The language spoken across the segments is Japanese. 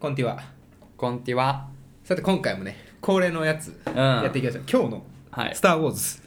こんにちは。 こんにちは。 さて今回もね恒例のやつやっていきましょう。今日のはいスター・ウォーズ、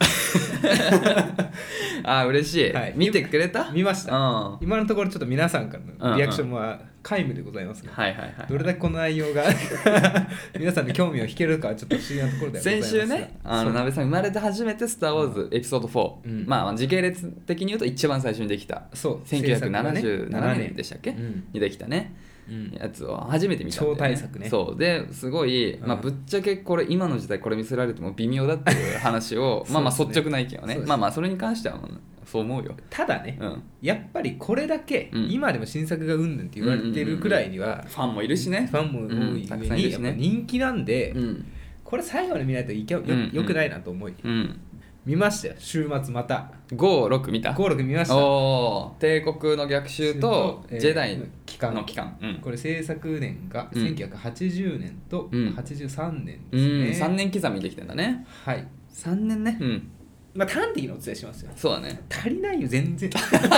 あ、嬉しい、 はい見てくれた？ 見ました。 うん今のところちょっと皆さんからのリアクションは皆無でございますが、 はいはいはい。 どれだけこの内容が皆さんの興味を引けるかはちょっと不思議なところではございますが、 先週ね、 そう鍋さん生まれて初めて「スター・ウォーズ」エピソード4、 うんまあ時系列的に言うと一番最初にできたそう 1977年でしたっけ、 うんにできたね、 うんやつを初めて見たんだよ、ね、 超大作ね。 そうですごい、まあ、 うんぶっちゃけこれ今の時代これ見せられても微妙だっていう話をまあまあ率直な意見をね、 そうですねまあまあそれに関してはそう思うよ。 ただね、 うん、 やっぱりこれだけ、 うん今でも新作がうんぬんって言われてるくらいには、 ファンもいるしね。 ファンも多いたく上にやっぱさんいるしね。 人気なんで、 うんこれ最後まで見ないとよくないなと思い、 うん、 見ましたよ。週末また 5、6見た？ 5、6見ました。 おー、帝国の逆襲とジェダイの期間の期間、うんこれ制作年がうん 1980年とうん 83年うですね。 ん、3年刻みできてんだね。 はい。 3年ね。うん、 まあ端的にお伝えしますよ。 そうだね。 足りないよ全然。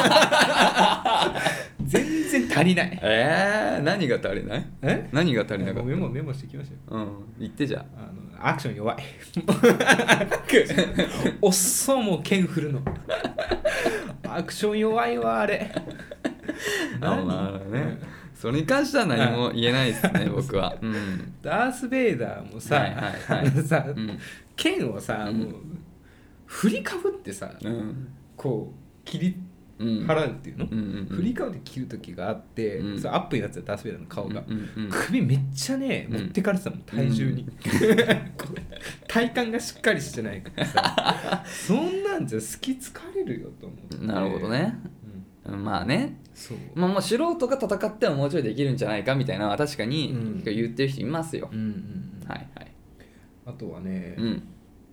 全然足りない。 何が足りない？ え？ 何が足りなかった？ メモしてきましょう。 うん、言ってじゃアクション弱い。おっそも剣振るの。アクション弱いわあれ。 あ。まあね、それに関しては何も言えないですね、僕は。うん。 ダース・ベイダーもさ、 はいはいはいあのさ、 うん剣をさ、 うんもう振りかぶってさ、 うんこう切りうん払うっていうの、 うんうんうん振りかぶって切る時があって、 うんそれアップになってたダース・ベイダーの顔が、 うんうん首めっちゃねうん持ってかれてたもん、体重に、こう体幹がしっかりしてないからさそんなんじゃ好き疲れるよと思って。 なるほどね。まあね、 そう、 まあもう素人が戦ってももうちょいできるんじゃないかみたいなのは確かにうん言ってる人いますよ。 うんうんうん、 はいはい。 あとはね、 うん。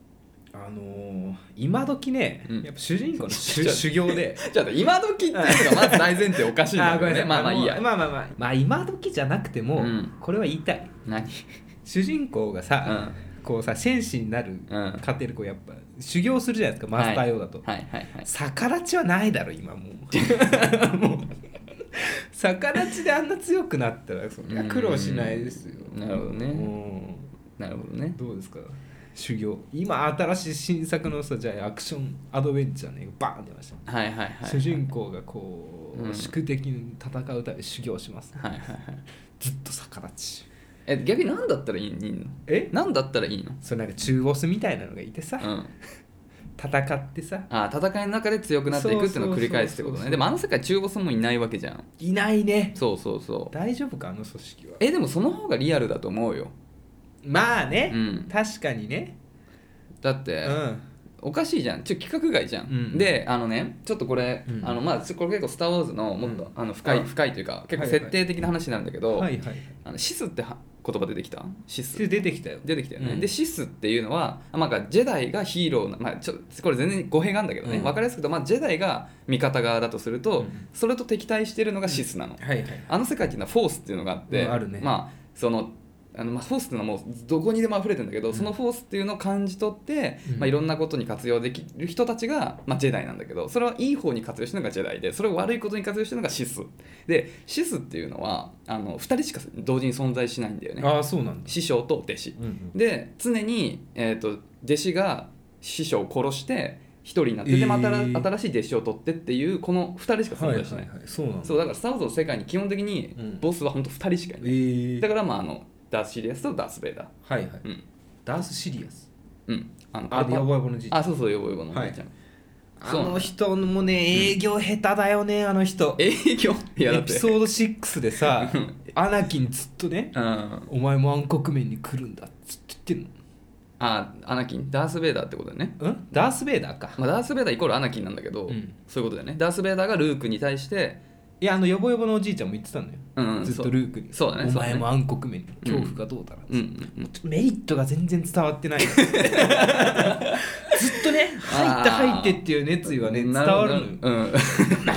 今時ね、 うんやっぱ主人公のちょ修行でちょっと今時っていうのがまず大前提おかしいんだけどね。まあまあいいや。 まあ今時じゃなくても、 うんこれは言いたい。 何？ 主人公がさ、こうさ戦士になるうん過程でこうやっぱ修行するじゃないですか、マスター用だと、 はいはいはい。 逆立ちはないだろ今もうもう逆立ちであんな強くなったらそりゃ苦労しないですよ。 なるほどねうんなるほどね。 どうですか修行。今新しい新作のさ、じゃあアクションアドベンチャーねバーン出ました、 はいはいはい。 主人公がこう、 うん宿敵に戦うため修行します、 はいはいはい。 ずっと逆立ち。 逆に何だったらいいの？何だったらいいの？ それなんか中ボスみたいなのがいてさ、 うん。 戦ってさ、 戦いの中で強くなっていくっていうのを繰り返すってことね。でもあの世界中ボスもいないわけじゃん。 いないね。 そうそうそう。 大丈夫かあの組織は。 でもその方がリアルだと思うよ。 まあね、 うん確かにね。 だって、 うんおかしいじゃん。規格外じゃん。 うんでちょっとこれ、 うんまあこれ結構「スター・ウォーズ」のもっと、深いというか結構設定的な話なんだけど、 はいはい。 シスって言葉出てきた？シスで出てきたよ。 出てきたよね、 うんでシスっていうのは、まあ、ジェダイがヒーローな、まあ、これ全然語弊があるんだけどね、 うん分かりやすく言うと、まあ、ジェダイが味方側だとすると、 うんそれと敵対してるのがシスなの、 はいはい。 あの世界っていうのはフォースっていうのがあって、 うんあるねまあそのフォースっていうのはもうどこにでも溢れてるんだけど、そのフォースっていうのを感じ取って、 うんまあ、いろんなことに活用できる人たちが、まあ、ジェダイなんだけど、それはいい方に活用してるのがジェダイで、それを悪いことに活用してるのがシスで、シスっていうのは2人しか同時に存在しないんだよね。 ああそうなんだ。 師匠と弟子、 うんで常に、弟子が師匠を殺して一人になって、でまた新しい弟子を取ってっていうこの2人しか存在しない、 はいはいはい、そうなんだ。 そうだからスター・ウォーズの世界に基本的にうんボスは本当2人しかいない、だかからまあダース・シリアスとダース・ベイダー、 はいはい。 うんダースシリアス。 うんでヨボヨボのじいちゃん。 そうそうヨボヨボのおじいちゃん、 あそうの人もね営業下手だよね、あの人。 営業いやだってエピソード6でさアナキンずっとね、お前も暗黒面に来るんだっずっと言ってんの。 アナキンダース・ベイダーってことだよね、 ダース・ベイダーか。 まあ、ダース・ベイダーイコールアナキンなんだけど、 うんそういうことだよね。ダース・ベイダーがルークに対していやヨボヨボのおじいちゃんも言ってたんだよ、 うんずっとルークに。 そうだねお前も暗黒面に恐怖がどうだら、メリットが全然伝わってない。ずっとね入ってっていう熱意はね伝わるのよ。 うんなんで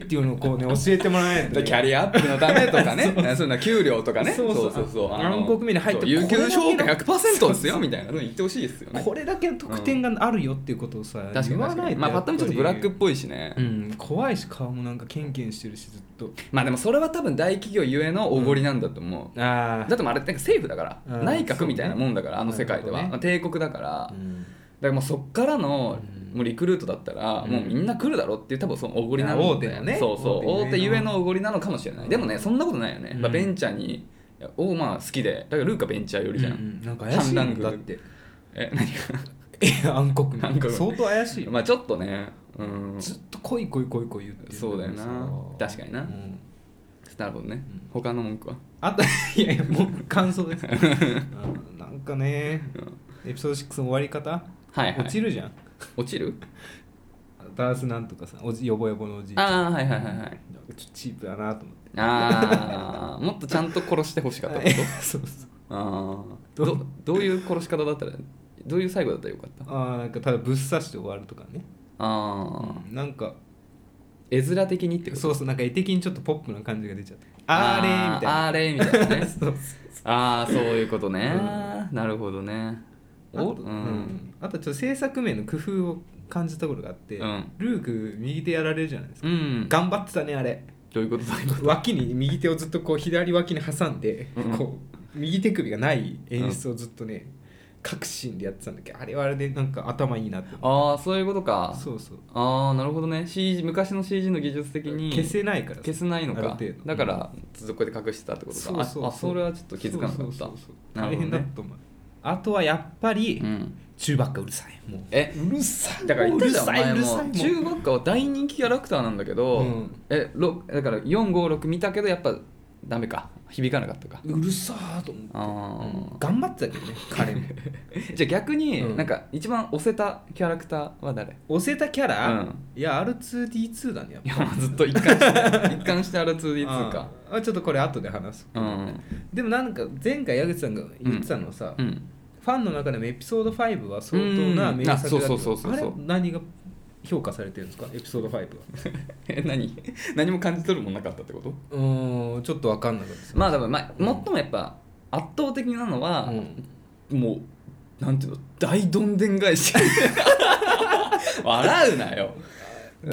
っていうのをこうね教えてもらえないと、ね、 キャリアアップのためとかねそういうの給料とかねそう何国目に入って有給消化 100% ですよみたいなの言ってほしいですよね。 これだけの得点があるよっていうことをさ、 言わないとまあパッと見ちょっとブラックっぽいしね、 怖いし顔もなんかケンケンしてるしずっと。 まあでもそれは多分大企業ゆえのおごりなんだと思う、だってもあれって政府だから、内閣みたいなもんだから、あの世界では、まあ、帝国だから、だからもうそっからの、もうリクルートだったら、もうみんな来るだろっていう多分そのおごりなので、 大手のね、 大手ゆえのおごりなのかもしれない。でもねそんなことないよね、ベンチャーにまあ好きで、だからルーカベンチャー寄りじゃん、 なんか怪しいんだって。何が暗黒相当怪しいよ。 まあちょっとね、 ずっと来い言ってる。 そうだよな、確かにな、なるほどね、他の文句はあといやもう感想ですなんかね、エピソード6の終わり方、落ちるじゃん。 落ちるダースなんとかさ、ヨボヨボのおじいちゃん。はい。 ちょっとチープだなと思って。 もっとちゃんと殺してほしかったことそうどういう殺し方だったら、どういう最後だったらよかった？ なんかただぶっ刺して終わるとかね。なんか絵面的にってこと？ そうなんか絵的にちょっとポップな感じが出ちゃって、あれみたいなねそういうことね、なるほどね。 あとちょっと制作面の工夫を感じたことがあって、ルーク右手やられるじゃないですか、頑張ってたねあれ。 どういうこと？ 脇に右手をずっとこう左脇に挟んで、こう右手首がない演出をずっとね、各シーンでやってたんだけど、あれはあれでなんか頭いいなって。 そういうことか。なるほどね。昔の CG の技術的に消せないから、 消せないのか、だからずっとこうやって隠してたってことか。それはちょっと気づかなかった。 大変だと思う。あとはやっぱり、チューバッカうるさい。もううるさい。 だから言ったじゃん、前もチューバッカは大人気キャラクターなんだけど、だから456見たけどやっぱダメか、響かなかったか。 うるさーと思って、頑張ってたけどね彼もじゃあ逆に、なんか一番押せたキャラクターは誰？ 押せたキャラ、いや R2D2 だねやっぱ。 ずっと一貫して R2D2 か。 ちょっとこれ後で話す、でもなんか前回矢口さんが言ってたのさ、ファンの中でもエピソード5は相当な名作だった。あれ何が評価されてるんですか、エピソード5は。 何も感じ取るもんなかったってこと？ ちょっと分かんなかったです。 まあでも、最もやっぱ圧倒的なのは、もうなんていうの、大どんでん返し笑うなよい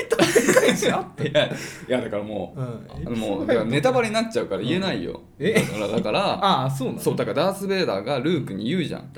やだからもうだからネタバレになっちゃうから言えないよ、だからそうだからダース・ベイダーがルークに言うじゃん。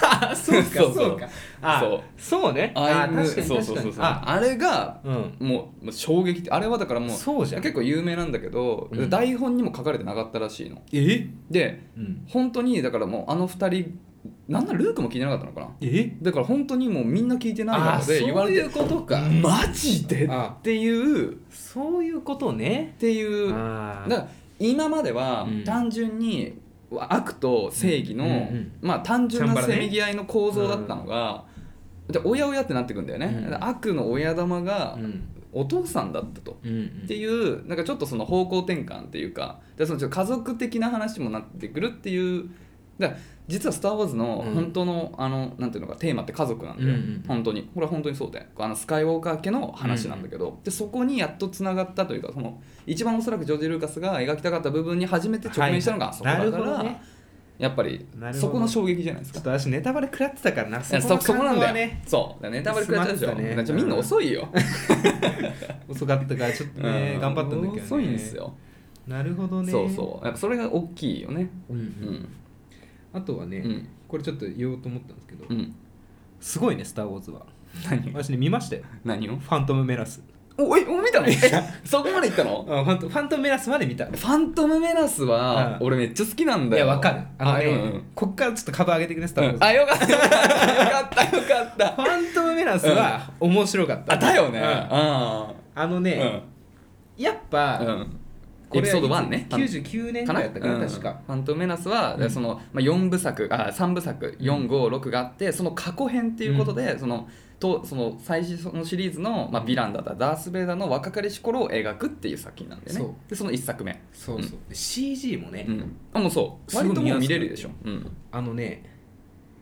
そうね、 あれがもう衝撃的。あれはだからもう結構有名なんだけど、台本にも書かれてなかったらしいので、本当にだからもうあの二人なんならルークも聞いてなかったのかな。だから本当にもうみんな聞いてないので言われて、 そういうことか、 マジでっていう、 そういうことねっていう。だから今までは単純に悪と正義の、まあ単純なせめぎ合いの構造だったのが、でおやおやってなってくんだよね、悪の親玉がお父さんだったと、っていうなんかちょっとその方向転換っていうか、でそのちょっと家族的な話もなってくるっていう。だから実は「スター・ウォーズ」の本当の、なんていうのかテーマって家族なんだよ、本当に。これは本当にそうで、スカイウォーカー家の話なんだけど、でそこにやっとつながったというか、その一番おそらくジョージ・ルーカスが描きたかった部分に初めて直面したのがそこだから、やっぱりそこの衝撃じゃないですか。 ちょっと私ネタバレ食らってたからな、 そこなんだよ。そうネタバレ食らっちゃうでしょ、みんな遅いよ遅かったからちょっとね、頑張ったんだけどね、 遅いんですよ。 なるほどね。 やっぱそれが大きいよね。 あとはね、これちょっと言おうと思ったんですけど、すごいね、スター・ウォーズは。私ね、見ましたよ。 何を？ ファントム・メラス。 もう見たの？そこまで行ったの？ ファントム・メラスまで見た。 ファントム・メラスは俺めっちゃ好きなんだよ。 いや、わかる。こっからちょっと株上げてくれ、スター・ウォーズ。 よかったよかったファントム・メラスは面白かった。 だよね。 やっぱエピソード1ね、 99年ぐらいだったかな、確か。 ファントム・メナスはその4部作3部作456があって、その過去編っていうことで、その最初のシリーズのヴィランだったダース・ベイダーの若かりし頃を描くっていう作品なんだよね。でその1作目、 CG もね、 もうそう割ともう見れるでしょ。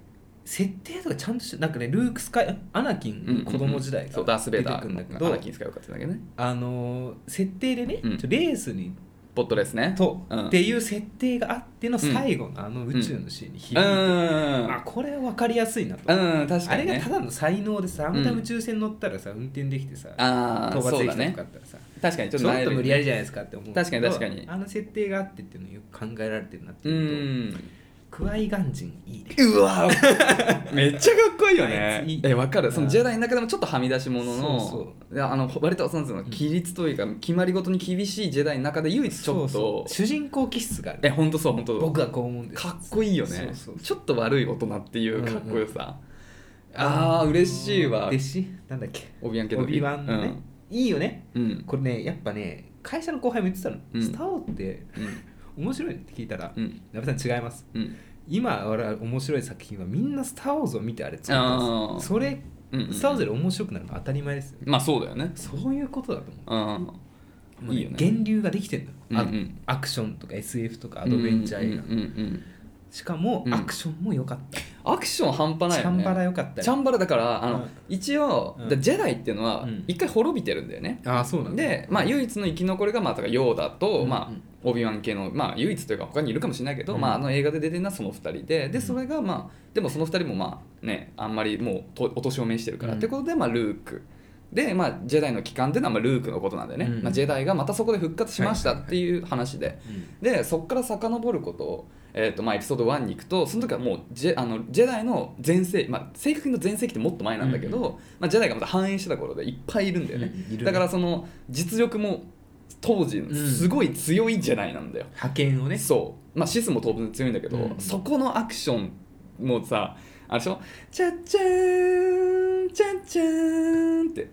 設定とかちゃんとしてなんかねルークスカイアナキン子供時代そうダース・ベイ出てダーくるんだけど、 アナキン・スカイウォーカーってだけね設定でね、レースにポットレースねっていう設定があっての最後のあの宇宙のシーンに響いて、これは分かりやすいなと、 確かにね、 あれがただの才能でさ、あんな宇宙船乗ったらさ、運転できてさ、討伐できたとかあったらさ、 確かにちょっと無理やりじゃないですかって思う。 確かに確かにあの設定があってっていうのをよく考えられてるなっていうと、クワイガンジンいいね。 うわめっちゃかっこいいよね。分かる。そのジェダイの中でもちょっとはみ出し物の割とその規律というか決まり事に厳しいジェダイの中で唯一ちょっと主人公気質がある。 本当そう本当。 僕はこう思うんです。 かっこいいよね。ちょっと悪い大人っていうかっこよさ。嬉しいわ。 嬉しい。なんだっけ。 オビワン系のオビワンのね。いいよね。これねやっぱね会社の後輩も言ってたの。スターウォーって面白いって聞いたら、なべさん違います、今俺は面白い作品はみんなスターウォーズを見てあれ作ったんです。それ、スターウォーズより面白くなるのは当たり前ですよね。 まあそうだよね。 そういうことだと思う。いいよね。源流ができてるの、アクションとか SF とかアドベンチャー映画、しかもアクションも良かった、 アクション半端ないよね。 チャンバラ良かったよ。 チャンバラだから一応、ジェダイっていうのは一回滅びてるんだよね。 そうなんで、唯一の生き残りがヨーダと、オビワン系の、唯一というか他にいるかもしれないけど、あの映画で出てるのはその2人で、それがでもその2人もあんまりもうお年を召してるから、ってことでルークで、ジェダイの帰還っていうのはルークのことなんだよね、ジェダイがまたそこで復活しましたっていう話で、でそこから遡ることをエピソード1に行くと、その時はもうジェダイの全盛、正確に全盛期ってもっと前なんだけど、ジェダイがまた繁栄してた頃でいっぱいいるんだよね、だからその実力も当時すごい強いジェダイなんだよ、 派遣をね。 そう、シスも当然強いんだけど、そこのアクションもさあれでしょ、チャッチャーンチャッチャーンって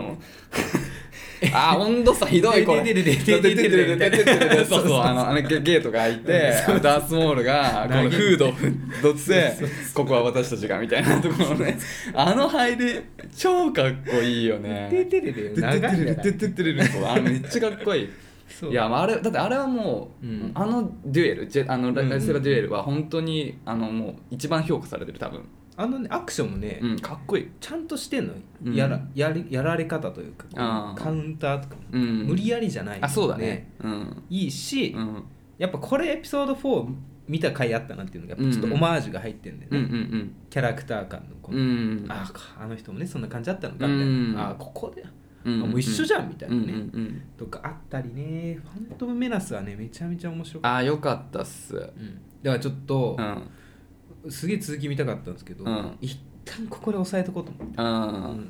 温度差ひどいこれ。そうそうゲートが開いてダースモールがこのフードを振っとってここは私たちがみたいなところね、入り超かっこいいよね。 めっちゃかっこいい。いやだってあれはもう、あのデュエルライスセーバーデュエルは本当にもう一番評価されてる多分。 アクションもね、 かっこいい、 ちゃんとしてんの、やられ方というかカウンターとかも、無理やりじゃない、 そうだね、 いいし、やっぱこれエピソード4見た回あったなっていうのがちょっとオマージュが入ってるんでね、キャラクター感のこの、あの人もねそんな感じだったのかみたいな、ここでもう一緒じゃんみたいなね、とかあったりね。ファントムメナスはねめちゃめちゃ面白かった。 よかったっす。 だからちょっと、すげえ続き見たかったんですけど、一旦ここで押さえとこうと思って。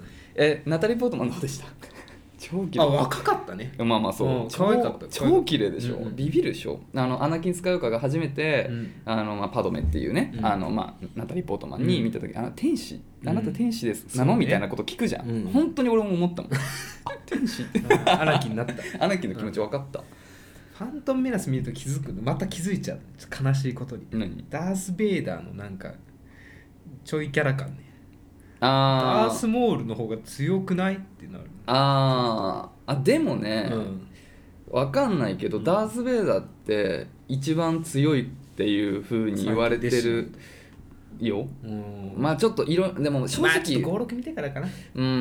ナタリー・ポートマンどうでした？超綺麗。 若かったね。 そう。 可愛かった。 超綺麗でしょ。ビビるでしょ。アナキン・スカイウォーカーが初めてパドメっていうね、ナタリー・ポートマンに見た時、天使、あなた天使ですなのみたいなこと聞くじゃん。本当に俺も思ったもん。天使って。 アナキンになった。 アナキンの気持ち分かった。 ファントムメナス見ると気づくの、また気づいちゃう、悲しいことに。ダース・ベイダーのなんかちょいキャラ感ね。ダースモールの方が強くないってなる。 でもね、分かんないけど、ダース・ベイダーって一番強いっていう風に言われてるよ。ちょっとでも正直 56見てからかな。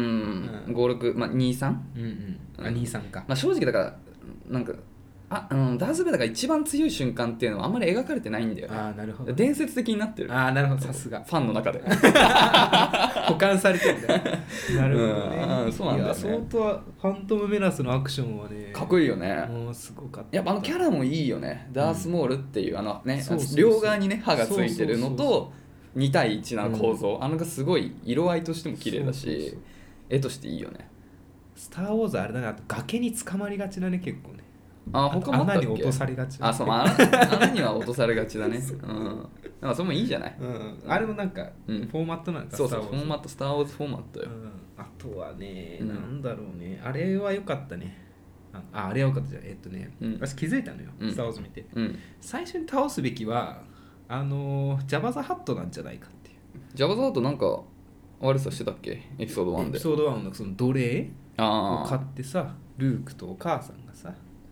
56、23？ 23か。 正直だからなんかダース・ベイダーが一番強い瞬間っていうのはあんまり描かれてないんだよ。 なるほど。 伝説的になってる。 なるほど、さすがファンの中で保管されてるんだよ。なるほどね。 そうなんだよね。 相当ファントムメナスのアクションはねかっこいいよね。 すごかった。 やっぱキャラもいいよね。ダースモールっていう両側にね歯がついてるのと2対1の構造、がすごい色合いとしても綺麗だし、絵としていいよね。 スター・ウォーズあれだな、あと崖に捕まりがちだね結構ね。 他もあったっけ？ 穴に落とされがちだ、ね。 穴には落とされがちだね。それもいいじゃない。 あれもなんかフォーマットなんか。 そうフォーマット、スター・ウォーズフォーマットよ。 あとはね、なんだろうね、あれは良かったね。あれは良かったじゃん。私気づいたのよ、スター・ウォーズ見て。最初に倒すべきはジャバ・ザ・ハットなんじゃないかっていう。 ジャバ・ザ・ハットなんか悪さしてたっけ？エピソード1で。 エピソード1のその奴隷を買ってさ、ルークとお母さんがさ、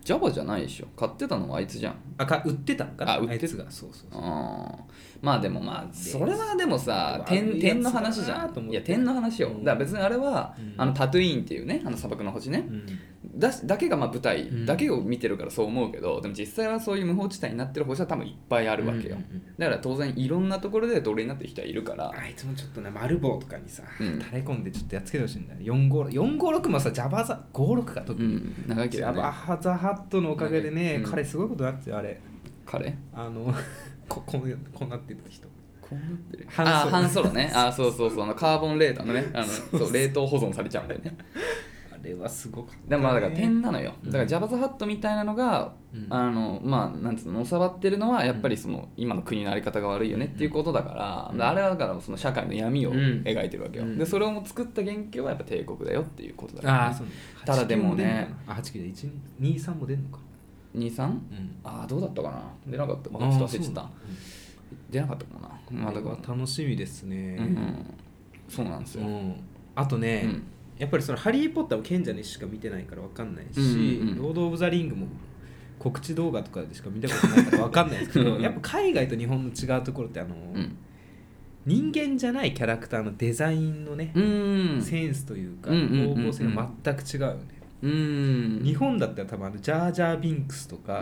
Java じゃないでしょ。買ってたのはあいつじゃん。 売ってたのかな。 売ってた。 あいつが。そう。 まあでもそれはでもさ、点の話じゃん。いや点の話よ。だから別にあれは、タトゥイーンっていうね、砂漠の星ね、だけが舞台だけを見てるからそう思うけど、でも実際はそういう無法地帯になってる星は多分いっぱいあるわけよ。だから当然いろんなところで奴隷になってる人はいるから。 あいつもちょっとね、丸棒とかにさ、垂れ込んでちょっとやっつけてほしいんだよ。456もさ、ジャバザ56か特に。 長いけどね。 ジャバハットのおかげでね、彼すごいことになってよ、あれ。 彼こうなってる人。 こうなってる。ハンソロね。そうカーボンレーターのね、そう冷凍保存されちゃうんだよね。 あれはすごかった、ね。 でもだから点なのよ。だからジャバザハットみたいなのが、なんつうの、収まってるのはやっぱりその今の国のあり方が悪いよねっていうことだから、あれはだからその社会の闇を描いてるわけよ。でそれを作った元凶はやっぱ帝国だよっていうことだから、ね。ただでもね、 89で123も出んのか。 23？どうだったかな。出なかった。ちょっと忘れてた。出なかったかな。 だから楽しみですね。 そうなんですよ。 あとね、やっぱりそのハリー・ポッターを賢者にしか見てないから分かんないし、ロード・オブ・ザ・リングも告知動画とかでしか見たことないから分かんないですけどやっぱ海外と日本の違うところって人間じゃないキャラクターのデザインのね、センスというか方向性が全く違うよね。日本だったら多分ジャージャー・ビンクスとか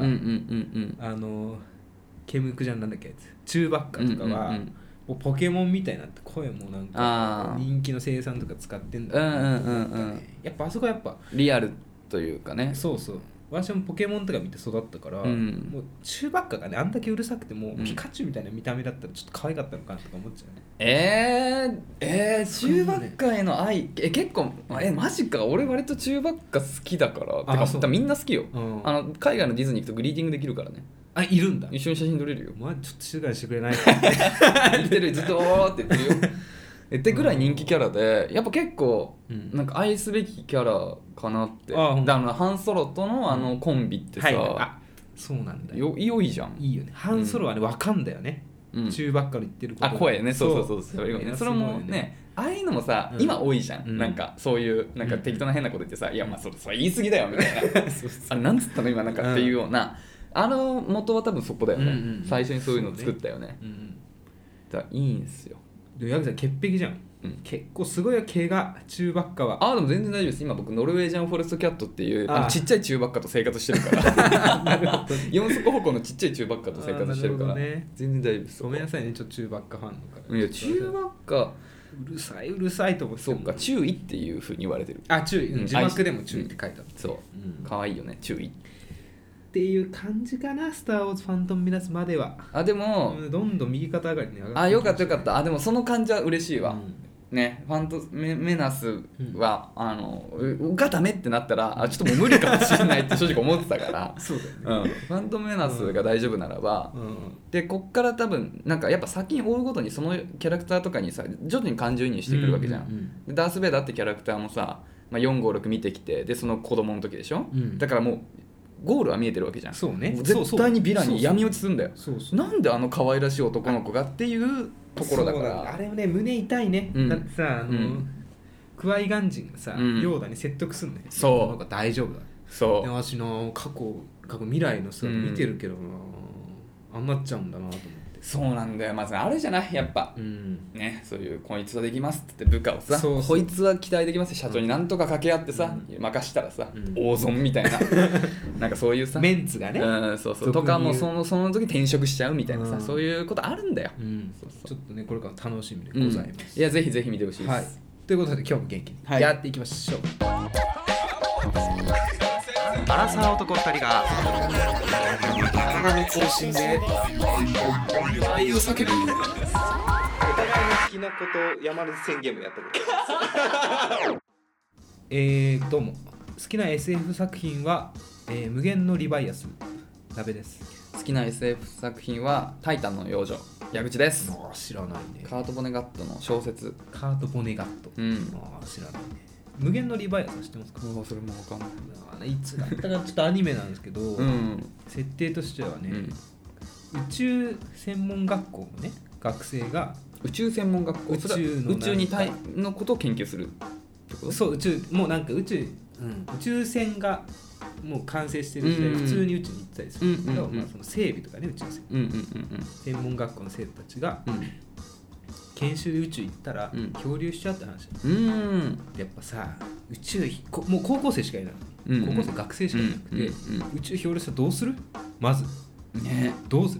ケムクジャンなんだっけやつチューバッカとかは、もうポケモンみたいになって声もなんか人気の声優さんとか使ってんだよね。やっぱあそこはやっぱリアルというかね。 そう私もポケモンとか見て育ったから、もうチューバッカがねあんだけうるさくても、ピカチュウみたいな見た目だったらちょっと可愛かったのかなとか思っちゃうね。 チューバッカへの愛結構マジか。俺割とチューバッカ好きだから。てかみんな好きよ。海外のディズニー行くとグリーティングできるからね。 いるんだ。 一緒に写真撮れるよ。 ちょっと静かにしてくれない言ってるずっとって言ってるよってぐらい人気キャラで、やっぱ結構なんか愛すべきキャラかなって。ハンソロとのコンビってさ、 そうなんだよ。良いじゃん。 いいよね。ハンソロはね分かんだよね。チューバッカの言ってること。 声ね。そうそれもね、ああいうのもさ、今多いじゃん。なんかそういうなんか適当な変なこと言ってさ、いやまあそれ言い過ぎだよみたいな。なんつったの今なんかっていうような。元は多分そこだよね。最初にそういうのを作ったよね。だからいいんすよ。 でヤグさん潔癖じゃん。結構すごい毛がチューバッカは。 でも全然大丈夫です。今僕ノルウェージャンフォレストキャットっていうちっちゃいチューバッカと生活してるから四足歩行のちっちゃいチューバッカと生活してるから、全然大丈夫です。 ごめんなさいね、ちょっとチューバッカファンの方。 いやチューバッカうるさいと思って。 そうか、注意っていう風に言われてる。 注意、字幕でも注意って書いてある。 そう可愛いよね、注意っていう感じかな。スター・ウォーズ・ファントム・メナスまでは。 でもどんどん右肩上がりに上がってよかったでもその感じは嬉しいわ。ね、ファントメナスは、がダメってなったらちょっともう無理かもしれないって正直思ってたからそうだよね、 ファントメナスが大丈夫ならば、でこっから多分なんかやっぱ先に追うごとにそのキャラクターとかにさ徐々に感情移入してくるわけじゃん、でダース・ベイダーってキャラクターもさ、456見てきて、でその子供の時でしょ、だからもうゴールは見えてるわけじゃん。 そうね、 絶対にヴィランに闇落ちするんだよ。なんで可愛らしい男の子がっていうところだから。 あれはね、胸痛いね、だってさクワイガンジンがさ、ヨーダに説得するんだよ。 そうなんか大丈夫だ。 そうで私の過去未来のさ見てるけどな、あんなっちゃうんだなと思って。 そうなんだよ。まずあれじゃないやっぱ、ね、そういうこいつはできますって部下をさ、こいつは期待できます社長になんとか掛け合ってさ、任したらさ、大損みたいななんかそういうさメンツがね、 そうとかもその時転職しちゃうみたいなさ、そういうことあるんだよ。 ちょっとねこれから楽しみでございます。 いやぜひぜひ見てほしいです。 ということで今日も元気にやっていきましょう。 アラサー男2人が高め通信で愛を叫ぶ。お互いの好きなことを山根宣言もやったことどうも好きな SF 作品は、無限のリバイアスラベです。 好きな SF 作品はタイタンの幼女矢口です。 知らないね。 カート・ボネガットの小説。 カート・ボネガット、知らないね。無限のリバイアス知ってますか？ それも分かんない。 いつだったかちょっとアニメなんですけど、設定としてはね、宇宙専門学校のね学生が宇宙専門学校、宇宙にのことを研究するってこと？ そう、宇宙もうなんか宇宙船がもう完成してる時代、普通に宇宙に行ったりするんだけど、まあ、その整備とかね、宇宙船、専門学校の生徒たちが、研修で宇宙行ったら漂流しちゃうって話だ、やっぱさ宇宙もう高校生しかいない、高校生学生しかいなくて、宇宙漂流したらどうする？まず、ね、どうする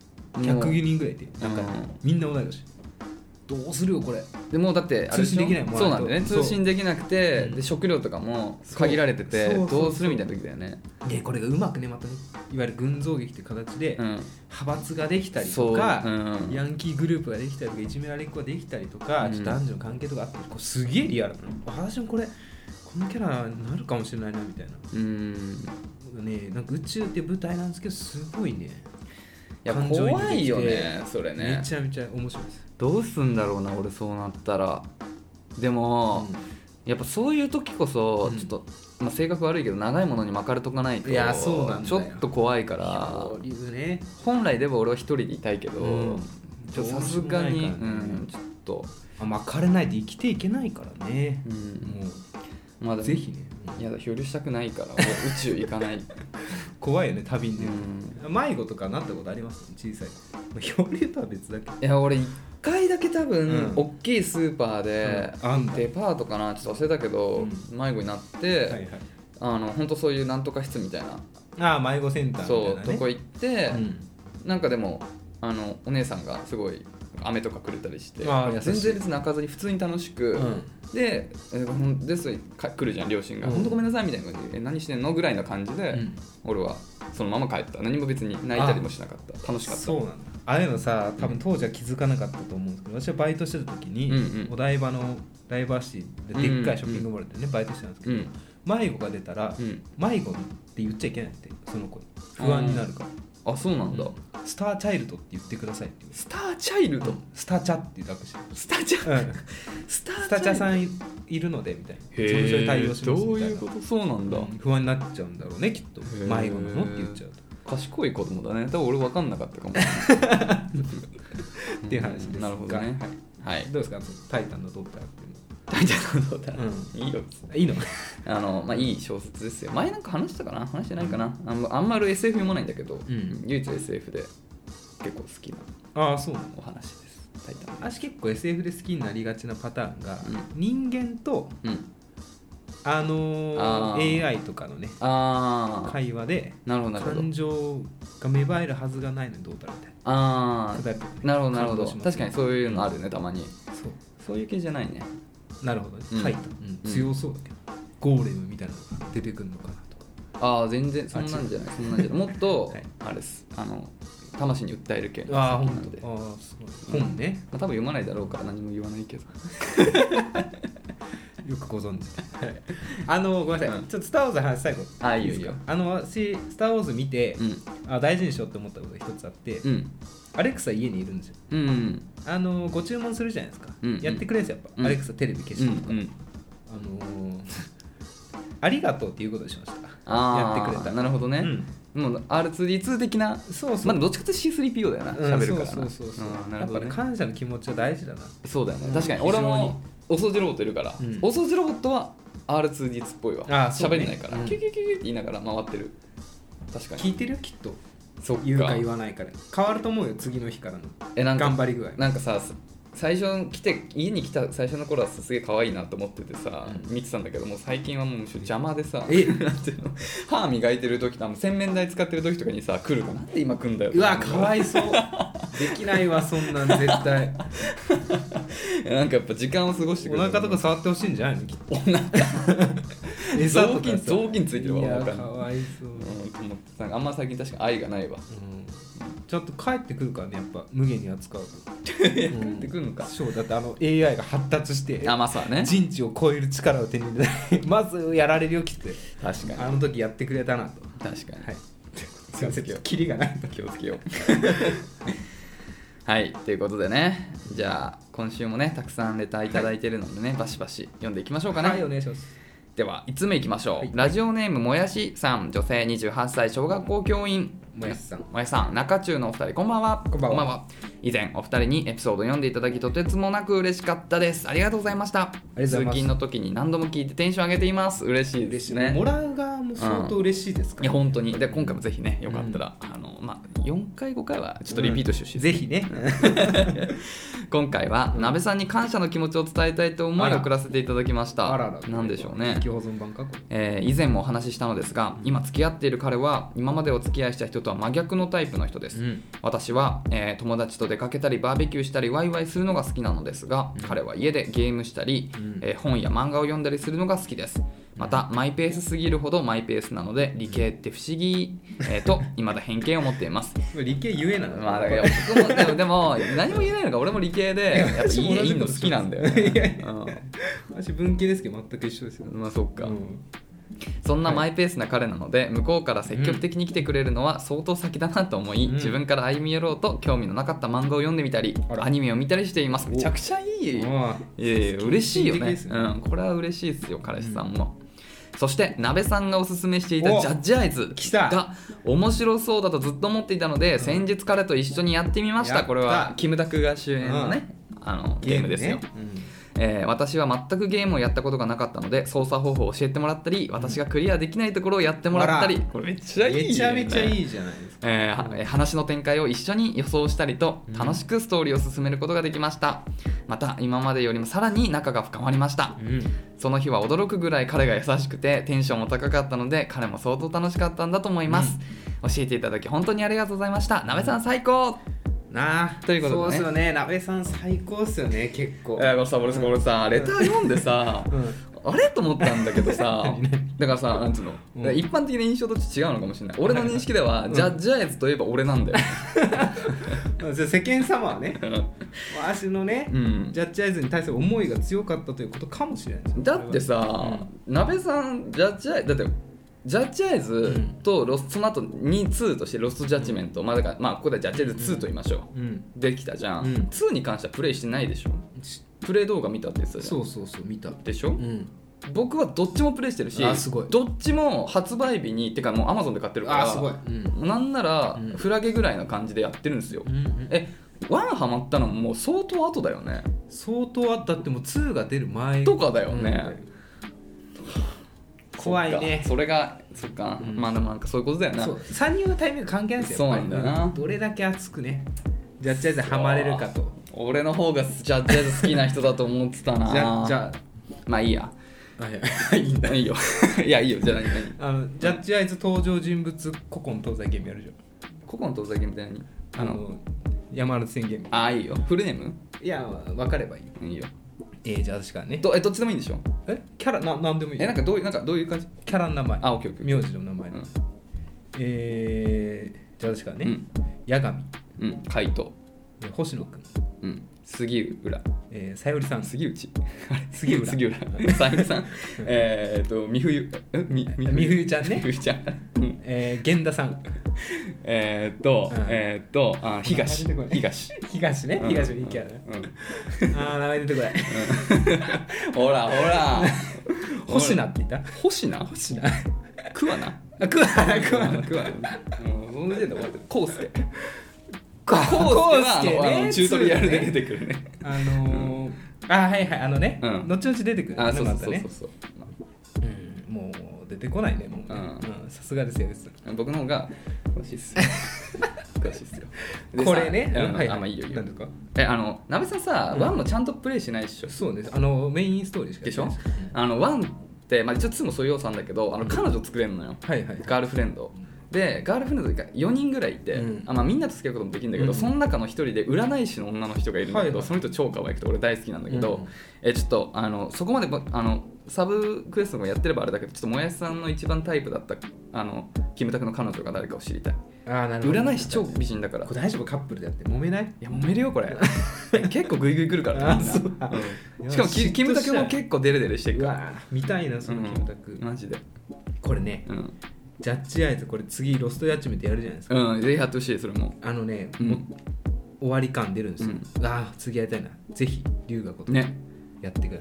？100人ぐらいでなんかみんな同い年、どうするよこれ。 でもだって通信できないもん。 そうなんだよね、通信できなくて、で食料とかも限られてて、どうするみたいな時だよね。 でこれがうまくね、またね、いわゆる群像劇って形で、派閥ができたりとか、ヤンキーグループができたりとか、いじめられっ子ができたりとか、ちょっと男女の関係とかあって、こうすげえリアルなの。私もこのキャラになるかもしれないなみたいな。ね、なんか宇宙って舞台なんですけど、すごいね。 いや怖いよねそれね。 めちゃめちゃ面白いです。 どうすんだろうな俺そうなったら。でも、やっぱそういう時こそちょっと、まあ、性格悪いけど長いものに巻かれとかないと、 いやそうなんだよ、 ちょっと怖いから。 ね、 本来でも俺は一人でいたいけど、さすがに、ちょっと巻かれないで生きていけないからね。もうまだぜひね。 いや漂流したくないから宇宙行かない怖いよね旅に出る、迷子とかなったことあります？小さい漂流とは別だけど。 いや俺1回だけ多分、大きいスーパーで、デパートかなちょっと忘れたけど、迷子になって、本当そういうなんとか室みたいな、 迷子センターみたいな、ね、 そうとこ行って、なんかでもお姉さんがすごい飴とかくれたりして、全然別に泣かずに普通に楽しく、で来るじゃん両親が、本当ごめんなさいみたいな感じで、何してんのぐらいな感じで、俺はそのまま帰った。何も別に泣いたりもしなかった。楽しかった。 そうなんだ。ああいうのさ、多分当時は気づかなかったと思うんですけど、私はバイトしてた時に、お台場のダイバーシティででっかいショッピングモールでね、バイトしてたんですけど、迷子が出たら、迷子って言っちゃいけないって、その子に不安になるから。 あ、そうなんだ。 スターチャイルドって言ってくださいって言う。 スターチャイルド、 スタチャって略してる。 スタチャ、 スタチャさんいるのでみたいな。それ対応しますみたいな。 どういうこと？そうなんだ。 不安になっちゃうんだろうねきっと。迷子なのって言っちゃうと。 賢い子供だね。多分俺分かんなかったかも。 っていう話ですが。 なるほどね。 はい。どうですか、タイタンのドクターっていうの。 タイタンのドクター。いいよ。 いいの？ まあいい小説ですよ。前なんか話したかな？話してないかな。あんまり SF 読まないんだけど、唯一 SF で結構好きなお話です。タイタン。 私結構 SF で好きになりがちなパターンが、人間とAI とかのね会話で感情が芽生えるはずがないのにどうだろうみたいな。なるほどなるほど。確かにそういうのあるね、たまに。そういう系じゃないね。 なるほどね。タイタン強そうだけど、ゴーレムみたいなのが出てくるのかなとか。 全然そんなんじゃない。もっとあれです魂に訴える系の作品なんで。 本ね。 多分読まないだろうから何も言わないけど。 よくご存知で。ごめんなさい、ちょっとスター・ウォーズの話最後。 いいよいいよ。 私スター・ウォーズ見て、大事にしようって思ったことが一つあって、アレクサ家にいるんですよ。ご注文するじゃないですか。やってくれるんですよ、やっぱ。アレクサテレビ消してとか。ありがとうっていうことにしました。やってくれた。 なるほどね。もう R2D2 的な、まあどっちかというと C3PO だよな、喋るからな。 やっぱり感謝の気持ちは大事だな。 そうだよね。確かに俺もお掃除ロボットいるから、お掃除ロボットは R2D2 っぽいわ。喋れないからキュキュキュキュって言いながら回ってる。確かに聞いてるよきっと。言うか言わないから変わると思うよ、次の日からの頑張り具合。なんかさ、最初家に来た最初の頃はすげえ可愛いなと思っててさ、見てたんだけども、最近はもう邪魔でさ、なんていうの、歯磨いてる時と洗面台使ってる時とかにさ来るかなんで今来んだよ。 うわかわいそう。できないわそんなん絶対。 なんかやっぱ時間を過ごしてくれる。 お腹とか触ってほしいんじゃないのきっと。 お腹雑巾ついてるわ。 いやかわいそうと思ってさ、あんま最近確か愛がないわ。 ちょっと帰ってくるからね、やっぱ無限に扱うと。帰ってくるのか。 そうだってAI が発達して、 まあそうね、 人知を超える力を手に入れてまずやられるよきって。 確かにあの時やってくれたなと。 確かに。 はい。すいません、キリがないと気をつけよう。はい、ということでね、じゃあ今週もねたくさんレターいただいてるのでね、バシバシ読んでいきましょうかね。 はい、お願いします。 では5つ目いきましょう。ラジオネームもやしさん、女性28歳小学校教員。 もやしさん、 中中のお二人、こんばんは。 こんばんは。 以前お二人にエピソード読んでいただきとてつもなく嬉しかったです。ありがとうございました。通勤の時に何度も聞いてテンション上げています。嬉しいですね。 もらう側も相当嬉しいですから、 いや本当に。で今回もぜひねよかったら、4回5回はちょっとリピートしてほしいです、 ぜひね今回は鍋さんに感謝の気持ちを伝えたいと思い送らせていただきました。なんでしょうね。 保存版か以前もお話ししたのですが、今付き合っている彼は今までお付き合いした人とは真逆のタイプの人です、私は、友達と出かけたりバーベキューしたりワイワイするのが好きなのですが、彼は家でゲームしたり、本や漫画を読んだりするのが好きです。またマイペースすぎるほどマイペースなので理系って不思議、と未だ偏見を持っています理系ゆえなの、 だから僕もでも何も言えないのが俺も理系でやっぱ家いいの好きなんだよね。 私文系ですけど全く一緒ですよ。 そっか、そんなマイペースな彼なので、向こうから積極的に来てくれるのは相当先だなと思い、自分から歩み寄ろうと興味のなかった漫画を読んでみたりアニメを見たりしています。めちゃくちゃいい。嬉しいよね。これは嬉しいですよ彼氏さんも。そして鍋さんがおすすめしていたジャッジアイズが面白そうだとずっと思っていたので、先日彼と一緒にやってみました。これはキムタクが主演のね、ゲームですよ。私は全くゲームをやったことがなかったので操作方法を教えてもらったり、私がクリアできないところをやってもらったり、これめっちゃいい、 めちゃめちゃいいじゃないですか。 話の展開を一緒に予想したりと楽しくストーリーを進めることができました。また今までよりもさらに仲が深まりました、その日は驚くぐらい彼が優しくてテンションも高かったので、彼も相当楽しかったんだと思います、教えていただき本当にありがとうございました。鍋さん最高ということでね。 そうですよね。鍋さん最高っすよね。結構俺さレター読んでさ、あれと思ったんだけどさだからさなんつうの、一般的な印象と違うのかもしれない。俺の認識では、ジャッジアイズといえば俺なんだよ世間様はね私のね、ジャッジアイズに対する思いが強かったということかもしれないです。 だってさ、鍋さんジャッジアイズだってジャッジアイズとその後2としてロストジャッジメント、だからここでジャッジアイズ2と言いましょう、できたじゃん、2に関してはプレイしてないでしょ。プレイ動画見たって言ってたじゃん。 そう見たでしょ、僕はどっちもプレイしてるし、どっちも発売日にってかもう Amazon で買ってるからなんならフラゲぐらいな感じでやってるんですよ。1ハマったのももう相当後だよね。 相当あったってもう2が出る前とかだよね、 怖いね。 それがそっか、でもなんかそういうことだよな。 参入のタイミング関係ないですよ。 そうなんだよな、 どれだけ熱くねジャッジアイズハマれるかと。 俺の方がジャッジアイズ好きな人だと思ってたなじゃあいいやいいんだいいよいやいいよ。じゃあ何ジャッジアイズ登場人物古今東西ゲームやるじゃん。 古今東西ゲームって何？ 山手線ゲーム。 いいよ。フルネーム？ いや分かればいい。 いいよ。 じゃあ私からね。 どっちでもいいんでしょ？ キャラなんでもいい。 なんかどういう感じ？ キャラの名前。 オッケー。 名字の名前。じゃあ私からね。八神。 海藤。 星野くん。 杉浦。 さゆりさん。 杉内。 杉浦。 さゆりさん。みふゆ。 みふゆちゃんね。 みふゆちゃん。 源田さん。 東ね。 東もいいキャラ。名前出てこない。 ほら。 星名って言った？ 星名。桑名。その時点で終わってる。コウスケ。コウスケはチュートリアルで出てくるね。 はい後々出てくる。 そう。 もう出てこないね。もうさすがですよ。 僕の方が詳しいっすよ。 これね。 いいよ。 何ですか？ なべさんさ、1もちゃんとプレイしないでしょ。 そうです。メインストーリーしかでしょ。1って一応2もそういう要素なんだけど、彼女作れるのよ。ガールフレンド。でガールフレンドが4人ぐらいいて、みんなと付き合うこともできるんだけど、その中の1人で占い師の女の人がいるんだけど、その人超可愛くて俺大好きなんだけど、ちょっとそこまでサブクエストもやってればあれだけど、ちょっともやしさんの一番タイプだったキムタクの彼女が誰かを知りたい。占い師超美人だから。 これ大丈夫？カップルでやって揉めない？ いや揉めるよこれ結構グイグイ来るからね。しかもキムタクも結構デレデレしてるから。 見たいなそのキムタク。 マジでこれね、ジャッジアイズこれ次ロストジャッジメントやるじゃないですか。 ぜひやってほしい。それも終わり感出るんですよ。次やりたいな。ぜひ龍がことやってください。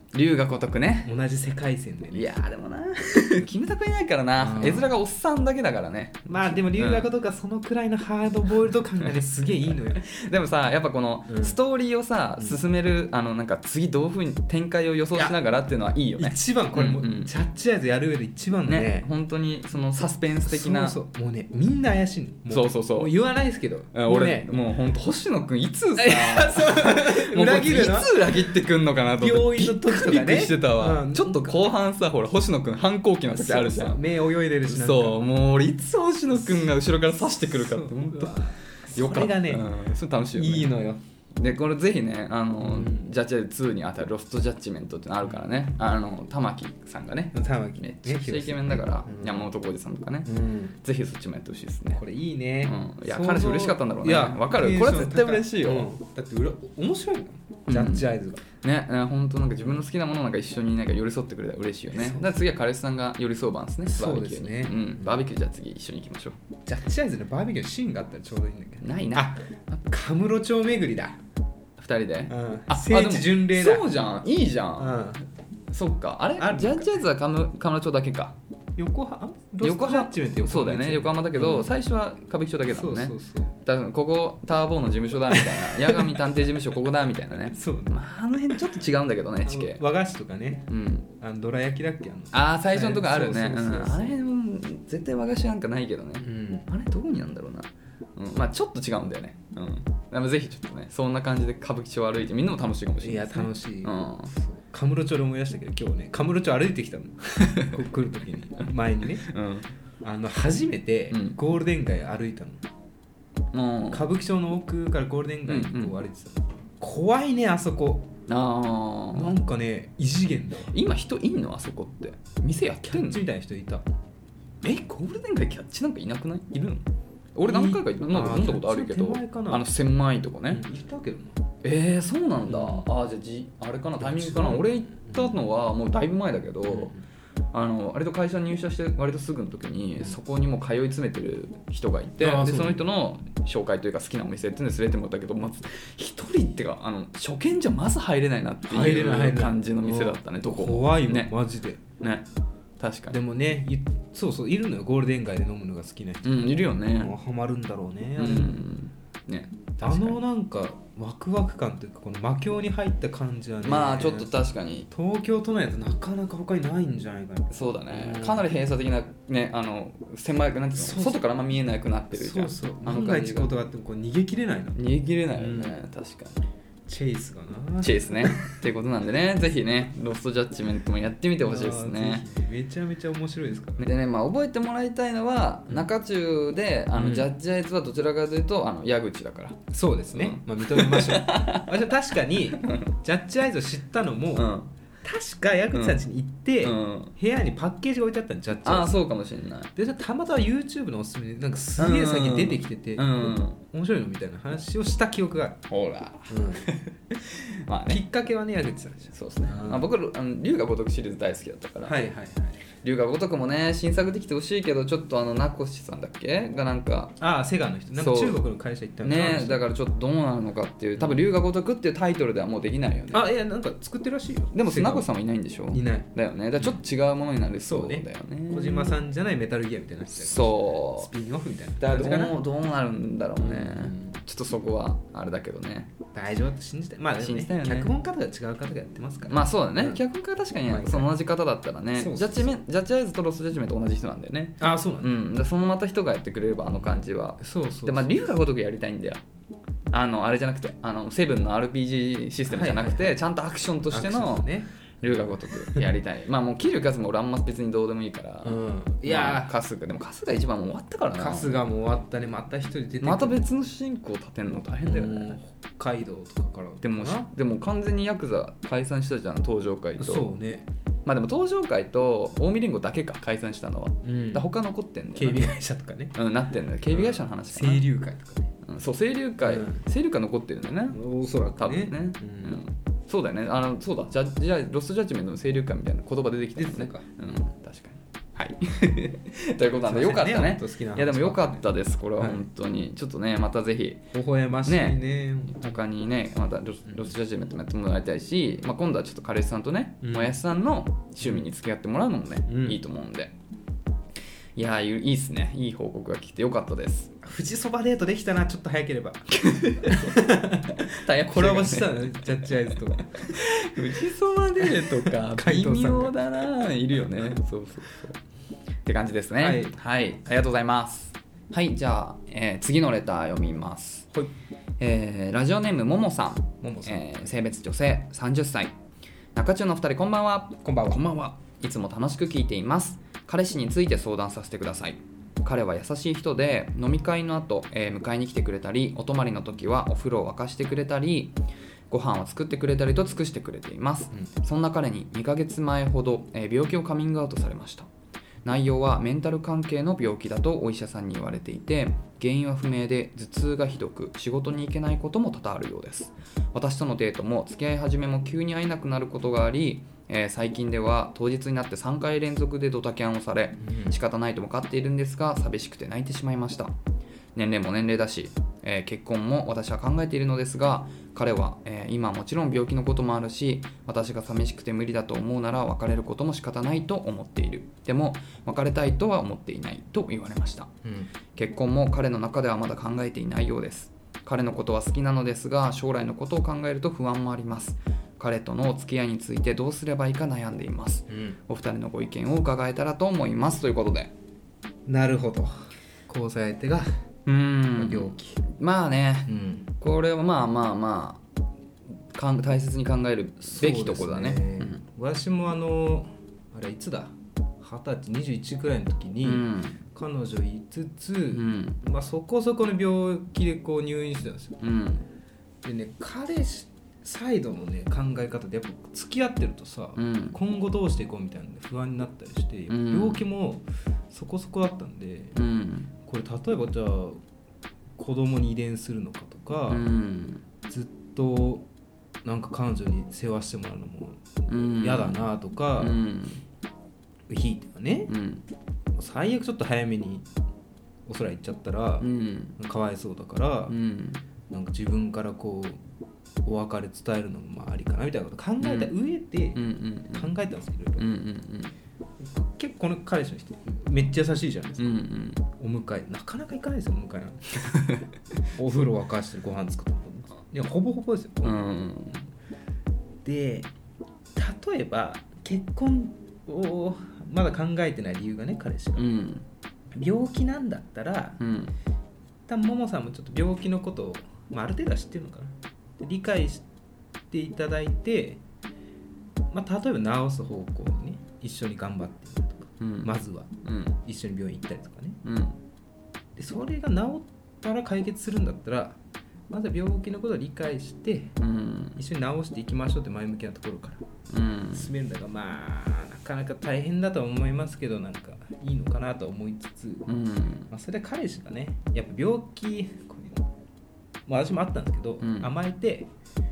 龍が如くね。 同じ世界線でね。 いやでもなキムタクいないからな、絵面がおっさんだけだからね。 まあでも龍が如くはそのくらいのハードボイルド感がねすげえいいのよ。 でもさやっぱこのストーリーをさ、進めるなんか次どういう風に展開を予想しながらっていうのはいいよね。 一番これもジャッジアイズやる上で一番のね本当にそのサスペンス的な。 そうもうねみんな怪しいの。 そうもう言わないですけど、 俺もう本当星野くんいつさ裏切るのいつ裏切ってくんのかなと思って病院の時とかねびっくりしてたわ、ちょっと後半さほら星野くん反抗期の時あるじゃん。 目泳いでるし、 そうもう俺いつ星野くんが後ろから刺してくるかって本当よかった。 それがね、 それ楽しいよね。 いいのよ。 でこれぜひねジャッジアイズ2にあたるロストジャッジメントってのあるからね、玉木さんがね玉木めっちゃイケメンだから、山本浩二さんとかね、ぜひそっちもやってほしいですね。 これいいね、 いや彼氏嬉しかったんだろうね。わかる、これは絶対嬉しいよ、 だって面白いもんジャッジアイズがね。本当なんか自分の好きなものなんか一緒になんか寄り添ってくれたら嬉しいよね。だから次は彼氏さんが寄り添う番ですね。 そうですね。 バーベキューじゃあ次一緒に行きましょう。 ジャッジアイズのバーベキューのシーンがあったらちょうどいいんだけど。 ないな。 カムロ町巡りだ。 2人で。 聖地巡礼だ。 そうじゃん、いいじゃん。そっか、あれジャッジアイズはカムロ町だけか。 横浜ってそうだよね、横浜だけど、最初は歌舞伎町だけだもんね。だからここターボーの事務所だみたいな、八神探偵事務所ここだみたいなね。 そう、 あの辺ちょっと違うんだけどね、地形。 和菓子とかね、どら焼きだっけ。 最初のとこあるね。あの辺絶対和菓子なんかないけどね。あれどこになんだろうな。まあちょっと違うんだよね。でもぜひちょっとね、そんな感じで歌舞伎町を歩いてみんなも楽しいかもしれない。 いや楽しい。カムロ町で思い出したけど今日ねカムロ町歩いてきたのこ来る時に前にね、初めてゴールデン街歩いたの、歌舞伎町の奥からゴールデン街を歩いてたの、怖いねあそこ。なんかね異次元だわ。 今人いんのあそこって店やってんの？ キャッチみたいな人いた。 ゴールデン街キャッチなんかいなくない？いるの？俺何回かなんか飲んだことあるけど狭いとこね。 いたけどな。 そうなんだ。じゃああれかな、タイミングかな。俺行ったのはもうだいぶ前だけど、割と会社に入社して割とすぐの時にそこにも通い詰めてる人がいて、でその人の紹介というか好きなお店っていうので連れてもらったけど、まず一人ってか初見じゃまず入れないなっていう感じの店だったね。どこも怖いもんマジでね。確かに。 でもねそういるのよゴールデン街で飲むのが好きな人。 いるよね。 ハマるんだろうね。 ね、 なんかワクワク感というかこの魔境に入った感じはね、 まあちょっと確かに東京都内だとなかなか他にないんじゃないかな。 そうだね、かなり閉鎖的なね、狭くなんていうの、外からあんま見えなくなってるじゃん。 万が一ことがあってもこう逃げ切れないの。 逃げ切れないよね、確かに。 チェイスがな。 チェイスねっていうことなんでね、ぜひねロストジャッジメントもやってみてほしいですね。 めちゃめちゃ面白いですからね。 でね、覚えてもらいたいのは中中でジャッジアイズはどちらかというと矢口だから。 そうですね、認めましょう私は確かにジャッジアイズを知ったのも、確か矢口さん家に行って、部屋にパッケージが置いてあったのジャッジアイズ。 そうかもしれない。 でたまたま YouTube のおすすめでなんかすげえ先に出てきてて、面白いのみたいな話をした記憶がある。 ほら、まあね、 きっかけはね矢口さんでした。 そうですね。僕龍が如くシリーズ大好きだったから。龍が如くもね新作できてほしいけど、ちょっと名越さんだっけがなんかセガの人なんか中国の会社行ったね。だからちょっとどうなるのかっていう、多分龍が如くっていうタイトルではもうできないよね。 いやなんか作ってるらしいよ。 でも名越さんはいないんでしょ。いないだよね。だからちょっと違うものになりそうだよね。 小島さんじゃないメタルギアみたいな。 そうスピンオフみたいな。 だからどうなるんだろうね。ちょっとそこはあれだけどね。 大丈夫って信じたい。まあ信じたいよね。脚本家とか違う方がやってますから。 まあそうだね。脚本家は確かにその同じ方だったらね。ジャッジアイズとロストジャッジメント同じ人なんだよね。 そうなんだ。 そのまた人がやってくれれば感じは。で龍が如くやりたいんだよ。あれじゃなくてセブンの RPG システムじゃなくて、ちゃんとアクションとしての龍が如くやりたい。まあもう桐生一馬俺あんま別にどうでもいいから。いや春日でも春日一番もう終わったからな。 春日も終わったね。また一人出てまた別の主人公立てんの大変だよね。 北海道とかからでも完全にヤクザ解散したじゃん登場会と。 そうね。 まあでも登場会と近江連合だけか解散したのは。だ他残ってんだよ。 警備会社とかね。 なってんだよ。警備会社の話かな。 清流会とかね。 そう清流会残ってるんだよね。 おそらく多分ね。そうだよね。そうだ。じゃあロストジャッジメントの清流会みたいな言葉出てきてるね。確かに。はい。 はいということなんでよかったね。いやでもよかったですこれは本当に、はい、ちょっとねまたぜひ微笑ましい ね他にねまたロスジャッジメントもやってもらいたいし、まあ、今度はちょっと彼氏さんとね、もやしさんの趣味に付き合ってもらうのもね、いいと思うんで、いやいいっすね。いい報告が聞いてよかったです。 富士そばデートできたな、ちょっと早ければコラボしたのね、ジャッジアイズとか富士そばデートか微妙だな、いるよねそうって感じですね。はい、はい、ありがとうございます。はい、じゃあ、次のレター読みます。はい、ラジオネームももさん、性別女性30歳、中中の2人こんばんは。 こんばんは。 こんばんは。いつも楽しく聞いています。彼氏について相談させてください。彼は優しい人で、飲み会の後、迎えに来てくれたり、お泊まりの時はお風呂を沸かしてくれたり、ご飯を作ってくれたりと尽くしてくれています。そんな彼に2ヶ月前ほど、病気をカミングアウトされました。内容はメンタル関係の病気だとお医者さんに言われていて、原因は不明で頭痛がひどく仕事に行けないことも多々あるようです。私とのデートも付き合い始めも急に会えなくなることがあり、最近では当日になって3回連続でドタキャンをされ、仕方ないと分かっているんですが寂しくて泣いてしまいました。年齢も年齢だし、結婚も私は考えているのですが、彼は、今もちろん病気のこともあるし、私が寂しくて無理だと思うなら別れることも仕方ないと思っている。でも別れたいとは思っていないと言われました。結婚も彼の中ではまだ考えていないようです。彼のことは好きなのですが、将来のことを考えると不安もあります。彼とのお付き合いについてどうすればいいか悩んでいます。お二人のご意見を伺えたらと思いますということで。 なるほど。交際相手が病気。 まあね、これはまあ大切に考えるべきところだね。 私もあれいつだ、20歳21くらいの時に彼女いつつ、そこそこの病気でこう入院してたんですよ。でね、彼氏サイドのね考え方でやっぱ付き合ってるとさ、今後どうしていこうみたいなので不安になったりして、病気もそこそこだったんで、これ例えばじゃあ子供に遺伝するのかとか、ずっとなんか彼女に世話してもらうのも嫌だなとか、ひいてはね、最悪ちょっと早めにお空行っちゃったら、かわいそうだから、なんか自分からこうお別れ伝えるのもありかなみたいなこと考えた上で考えたんですけど、結構この彼氏の人めっちゃ優しいじゃないですか。お迎えなかなか行かないですよ、お迎えなんてお風呂沸かしてご飯作ったいやほぼほぼですよ。で例えば結婚をまだ考えてない理由がね、彼氏が、病気なんだったら、多分ももさんもちょっと病気のことを、ある程度は知ってるのかな、理解していただいて、例えば治す方向にね一緒に頑張ってみるとか、まずは、一緒に病院行ったりとかね、でそれが治ったら解決するんだったら、まずは病気のことを理解して、一緒に治していきましょうって前向きなところから進めるんだが、なかなか大変だとは思いますけど、なんかいいのかなと思いつつ、それで彼氏がねやっぱ病気私もあったんですけど、甘えて、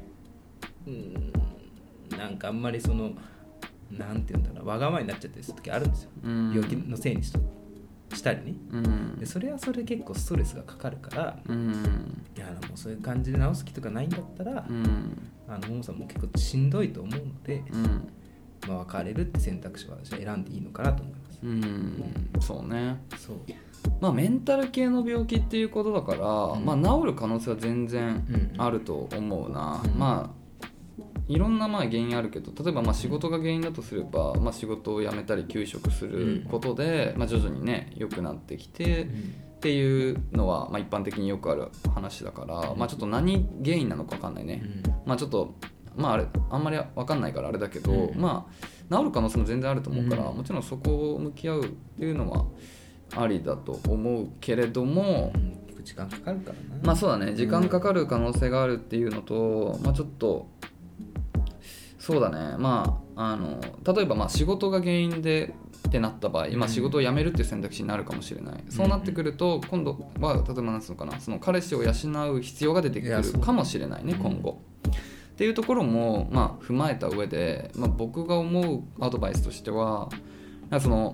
なんかあんまりそのなんていうんだろう、わがままになっちゃったりする時あるんですよ、病気のせいにしたりね、でそれはそれ結構ストレスがかかるから、いやもうそういう感じで治す気とかないんだったら、ももさんも結構しんどいと思うので、別れるって選択肢は私は選んでいいのかなと思います。 そうね。メンタル系の病気っていうことだから、治る可能性は全然あると思うな。いろんな原因あるけど、例えば仕事が原因だとすれば、仕事を辞めたり休職することで、徐々にね良くなってきて、っていうのは、一般的によくある話だから、ちょっと何原因なのか分かんないね。ちょっとあれあんまり分かんないからあれだけど、治る可能性も全然あると思うから、もちろんそこを向き合うっていうのはありだと思うけれども、 時間かかるからな。 そうだね、時間かかる可能性があるっていうのと、ちょっとそうだね、例えば仕事が原因でってなった場合、仕事を辞めるっていう選択肢になるかもしれない。そうなってくると今度は例えばなんつうのかな、その彼氏を養う必要が出てくるかもしれないね、今後っていうところも踏まえた上で、僕が思うアドバイスとしては、その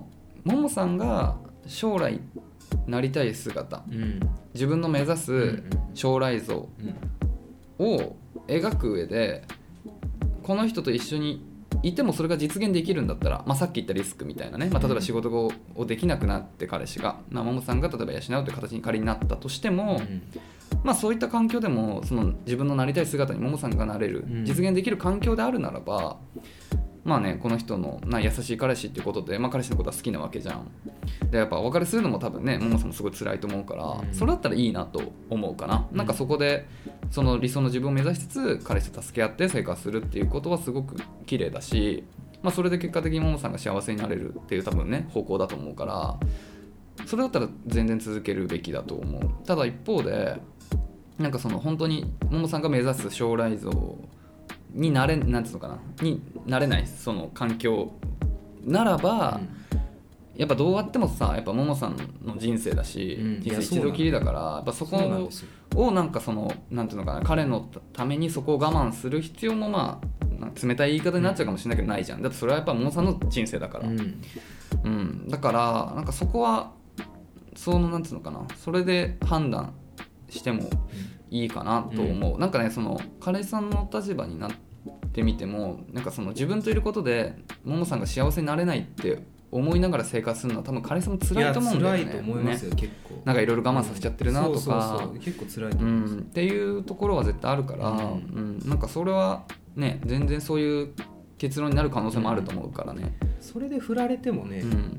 ももさんが将来なりたい姿、自分の目指す将来像を描く上で、この人と一緒にいてもそれが実現できるんだったら、さっき言ったリスクみたいなね、例えば仕事をできなくなって彼氏が、ももさんが例えば養うという形に仮になったとしても、そういった環境でもその自分のなりたい姿にももさんがなれる、実現できる環境であるならば、この人の優しい彼氏っていうことで、彼氏のことは好きなわけじゃん。でやっぱお別れするのも多分ね、ももさんもすごい辛いと思うから、それだったらいいなと思うかな。なんかそこでその理想の自分を目指しつつ彼氏と助け合って生活するっていうことはすごく綺麗だし、それで結果的にももさんが幸せになれるっていう多分ね方向だと思うから、それだったら全然続けるべきだと思う。ただ一方でなんかその本当にももさんが目指す将来像になんていうのかなになれないその環境ならば、やっぱどうあってもさ、やっぱももさんの人生だし、人生一度きりだから、やっぱそこをなんかそのなんていうのかな、彼のためにそこを我慢する必要も冷たい言い方になっちゃうかもしれないけどないじゃん。だってそれはやっぱももさんの人生だから、だからなんかそこはそのなんていうのかな、それで判断してもいいかなと思う。なんかね、その彼氏さんの立場になってみても、なんかその自分といることでももさんが幸せになれないって思いながら生活するのは多分彼氏さんも辛いと思うんだよね。 辛いと思いますよ、結構。 なんかいろいろ我慢させちゃってるなとか、 そう結構辛いと思います、 っていうところは絶対あるから、なんかそれはね全然そういう結論になる可能性もあると思うからね。 それで振られてもね、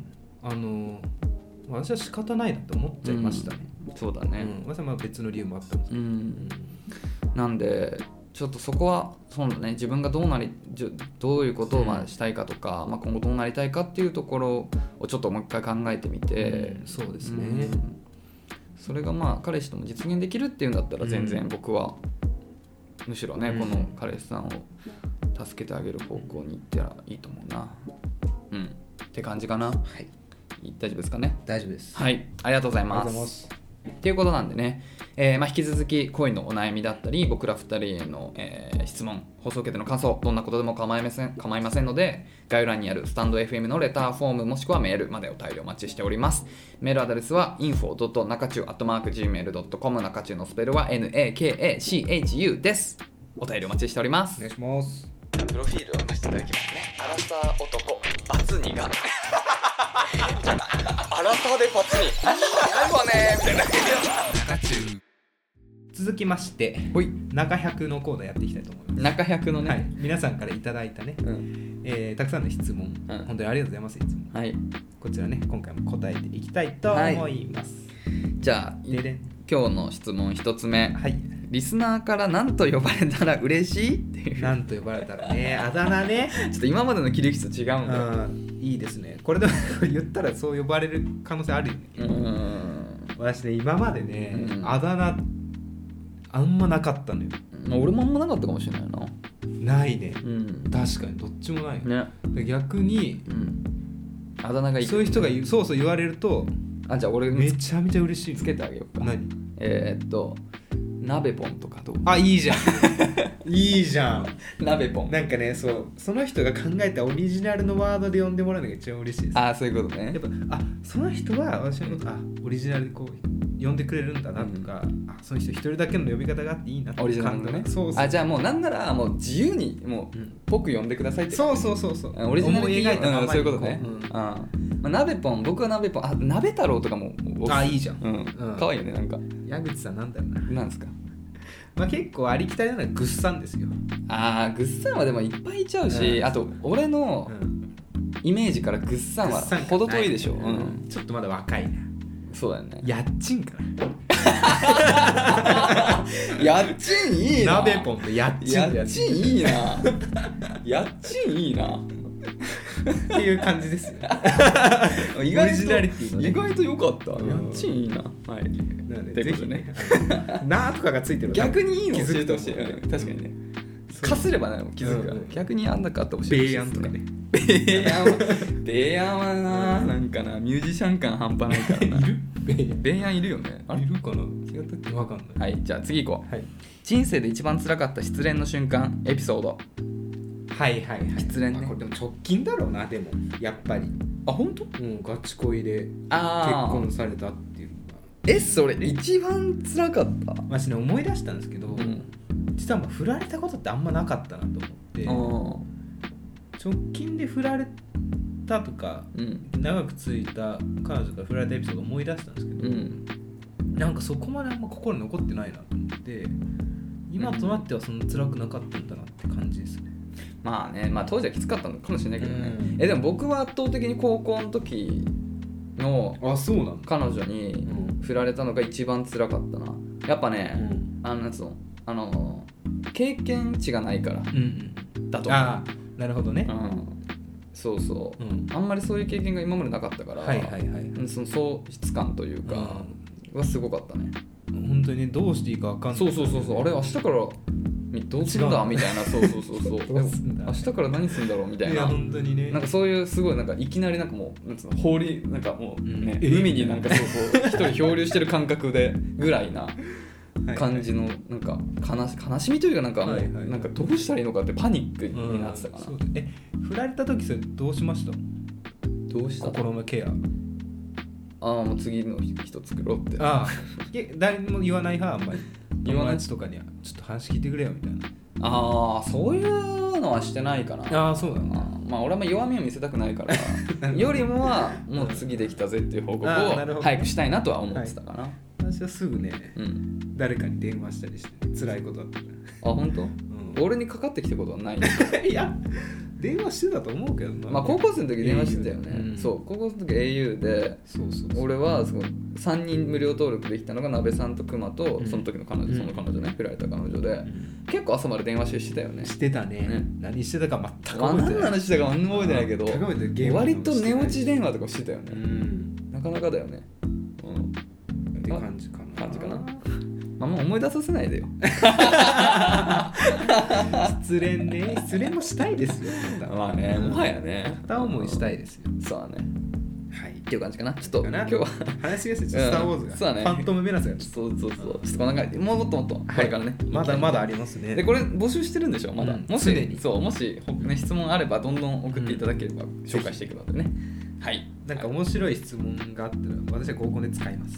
私は仕方ないなと思っちゃいましたね。 そうだね。 私は別の理由もあったんですけど、 なんでちょっとそこはそうだね、自分がどういうことをしたいかとか、今後どうなりたいかっていうところをちょっともう一回考えてみて、 そうですね、 それが彼氏とも実現できるっていうんだったら全然僕はむしろね、この彼氏さんを助けてあげる方向に行ったらいいと思うな。って感じかな。大丈夫ですかね。 大丈夫です。 はい、ありがとうございます。ということなんでね、引き続き恋のお悩みだったり僕ら2人への、質問、放送を受けての感想、どんなことでも構いませんので、概要欄にあるスタンド FM のレターフォームもしくはメールまでお便りお待ちしております。メールアドレスは info.nakachu@gmail.com、 中中のスペルは NAKACHU です。お便りお待ちしております。 お願いします。 プロフィールを出していただきますね。アラサー男バツ2がアラサーでバツ2やるわねみたいな。 続きまして中100のコーナーやっていきたいと思います。 中100のね、 皆さんからいただいたね、たくさんの質問、本当にありがとうございます。いつも、こちらね今回も答えていきたいと思います。 じゃあ今日の質問1つ目、リスナーから何と呼ばれたら嬉しいっていう。 何と呼ばれたらね、あだ名ね。 ちょっと今までの切り口と違うんだよ。 いいですね。これでも言ったらそう呼ばれる可能性あるよね。私ね今までね、あだ名あんまなかったのよ。 俺もあんまなかったかもしれないな。 ないね、確かにどっちもないよね。逆に、 あだ名がいい、 そういう人がそう言われると、 じゃあ俺めちゃめちゃ嬉しい。 つけてあげようか。 何？ 鍋ポンとかどう？ いいじゃんいいじゃん。 鍋ポンなんかね、その人が考えたオリジナルのワードで呼んでもらうのが一番嬉しいです。 そういうことね。 やっぱその人は私のことオリジナルでこう呼んでくれるんだなとか、その人一人だけの呼び方があっていいなってオリジナルのね。じゃあもうなんならもう自由にもうぽく呼んでくださいって。 そうオリジナルでいいよ。そういうことね。鍋ポン、僕は鍋ポン、鍋太郎とかもいいじゃん。 可愛いよね。なんか矢口さんなんだろうな。 なんですか。 結構ありきたりなのはグッサンですよ。 グッサンはでもいっぱいいちゃうし、あと俺のイメージからグッサンは程遠いでしょ。 ちょっとまだ若いな。 そうだよね。 やっちんかな。 やっちんいいな。 鍋ポンとやっちん。 やっちんいいな。やっちんいいな。 っていう感じですよ。オリジナリティのね。 意外と良かった。やっちんいいな。はい。 ぜひね。なーとかがついてる。 逆にいいの教えてほしい。確かにね。かすればね気づくから。逆にあんなかあってほしい。 ベイヤンとかね。 ベイヤンはなんかな、ミュージシャン感半端ないからな。いる？ベイヤンいるよね。 いるかな？ 違ったっけ？ わかんない。 はい、じゃあ次行こう。人生で一番辛かった失恋の瞬間エピソード。 はい。 失恋ね。 これでも直近だろうな。でもやっぱりあ本当？ ガチ恋で結婚されたっていうのがそれ一番辛かった？ 私ね思い出したんですけど、実は振られたことってあんまなかったなと思って直近で振られたとか、長く続いた彼女から振られたエピソードを思い出したんですけど、なんかそこまであんま心に残ってないなと思って今となってはそんな辛くなかったんだなって感じですね。 まあね、当時はきつかったのかもしれないけどね、でも僕は圧倒的に高校の時の彼女に振られたのが一番辛かったな。やっぱね、なんつうの経験値がないからだと思う。 なるほどね。 そうそう、あんまりそういう経験が今までなかったから、その喪失感というかはすごかったね。 本当にね、どうしていいか分かんない。 そうあれ明日からどうするんだみたいな。そう明日から何するんだろうみたいな。 いや本当にね。 なんかそういうすごいなんかいきなりなんかもうなんつうの放りなんかもうね、海になんか一人漂流してる感覚でぐらいな感じのなんか悲しみというかなんかもうなんかどうしたらいいのかってパニックになってたかな。 振られた時それどうしました？ どうした？ 心のケア。 もう次の人作ろうって。 誰にも言わない派？あんまり友達とかにはちょっと話聞いてくれよみたいな。 そういうのはしてないかな。 そうだな。 俺は弱みを見せたくないからよりもはもう次できたぜっていう報告を早くしたいなとは思ってたかな。 私はすぐね、誰かに電話したりして、辛いことだったら。 本当？俺にかかってきたことはない。 いや電話してたと思うけどな。 高校生の時電話してたよね。そう高校生の時 au で、俺は3人無料登録できたのが鍋さんと熊とその時の彼女、その彼女ね、振られた彼女で、結構朝まで電話してたよね。 してたね。何してたか全く覚えてない。 何の話してたか覚えてないけど、割と寝落ち電話とかしてたよね。なかなかだよね。 って感じかな。 もう思い出させないでよ。 失恋もしたいですよ。 まあね、もはやね、 片思いしたいですよ。 そうだね。 はい。 っていう感じかな。ちょっと今日は話がスター・ウォーズが、 そうだね。 ファントム・メナスがそう。ちょっとこんな感じ。もっとこれからね。 まだありますね。 でこれ募集してるんでしょ。まだ。もし質問あればどんどん送っていただければ紹介していくのでね。はい。 なんか面白い質問があったら私は合コンで使います。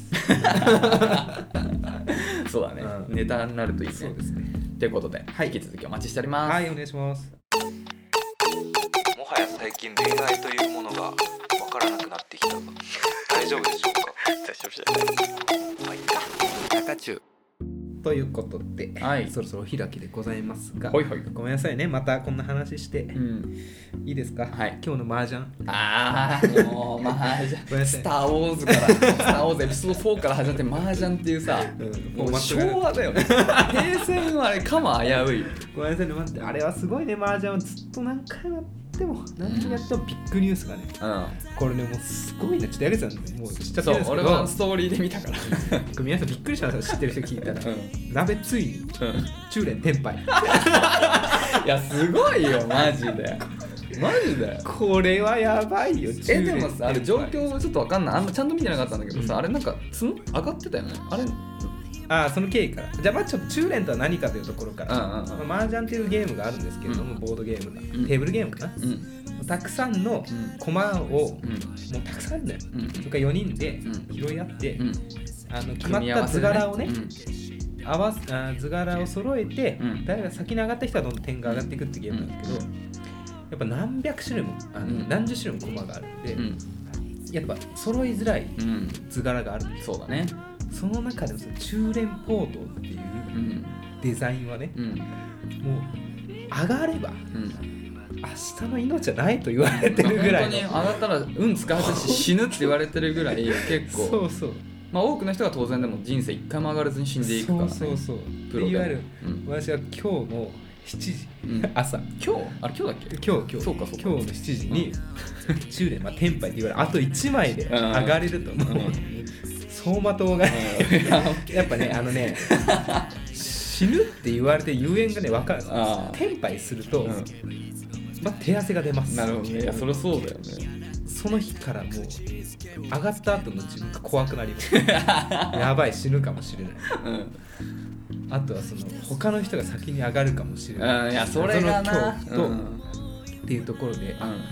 そうだね。ネタになるといいね。 そうですね。 ということで、引き続きお待ちしております。 はい、お願いします。 もはや最近恋愛というものがわからなくなってきた。大丈夫でしょうか？ 大丈夫じゃない。 中中ということで、そろそろお開きでございますが、 ごめんなさいね、またこんな話して、いいですか？今日の麻雀。 もう麻雀。スター・ウォーズから、スター・ウォーズエピソード4から始まって麻雀っていうさ、もう昭和だよね。平成のあれかも危うい。 ごめんなさいね、待って、あれはすごいね、麻雀はずっと何回もやっても何回やってもビッグニュースがね、これねもうすごいね、ちょっとやげちゃうんでもう知っちゃってるんですけど、 俺はストーリーで見たから皆さんびっくりしました。知ってる人聞いたら、鍋ついに中連転廃。 いやすごいよマジでこれはやばいよ。 でもさ、あれ状況ちょっと分かんない、あんまちゃんと見てなかったんだけどさ、あれなんか上がってたよね、あれ。 その経緯から。じゃあちょっと中連とは何かというところから、麻雀っていうゲームがあるんですけれども、ボードゲームが、テーブルゲームかな、たくさんの駒を、もうたくさんあるんだよ。それから4人で拾い合って、決まった図柄をね、図柄を揃えて、誰が先に上がった人はどんどん点が上がっていくってゲームなんですけど、やっぱ何百種類も何十種類も駒があるんで、やっぱ揃いづらい図柄があるんです。 そうだね。 その中でも中連ポートっていうデザインはね、もう上がれば、明日の命はないと言われてるぐらいの、 本当に上がったら運使わずし死ぬって言われてるぐらい結構多くの人が当然でも人生一回も上がらずに死んでいくからね。 プロでいわゆる、私は今日の7時、朝今日だっけ？ 今日の7時に中連テンパイって言われるあと1枚で上がれると思う。走馬灯がやっぱね死ぬって言われてゆえんがね分かる。テンパイすると、手汗が出ます。 なるほどね。いやそりゃそうだよね。 その日からもう上がった後の自分が怖くなります。やばい、死ぬかもしれない。あとはその他の人が先に上がるかもしれない。 いやそれがな恐怖と、っていうところで、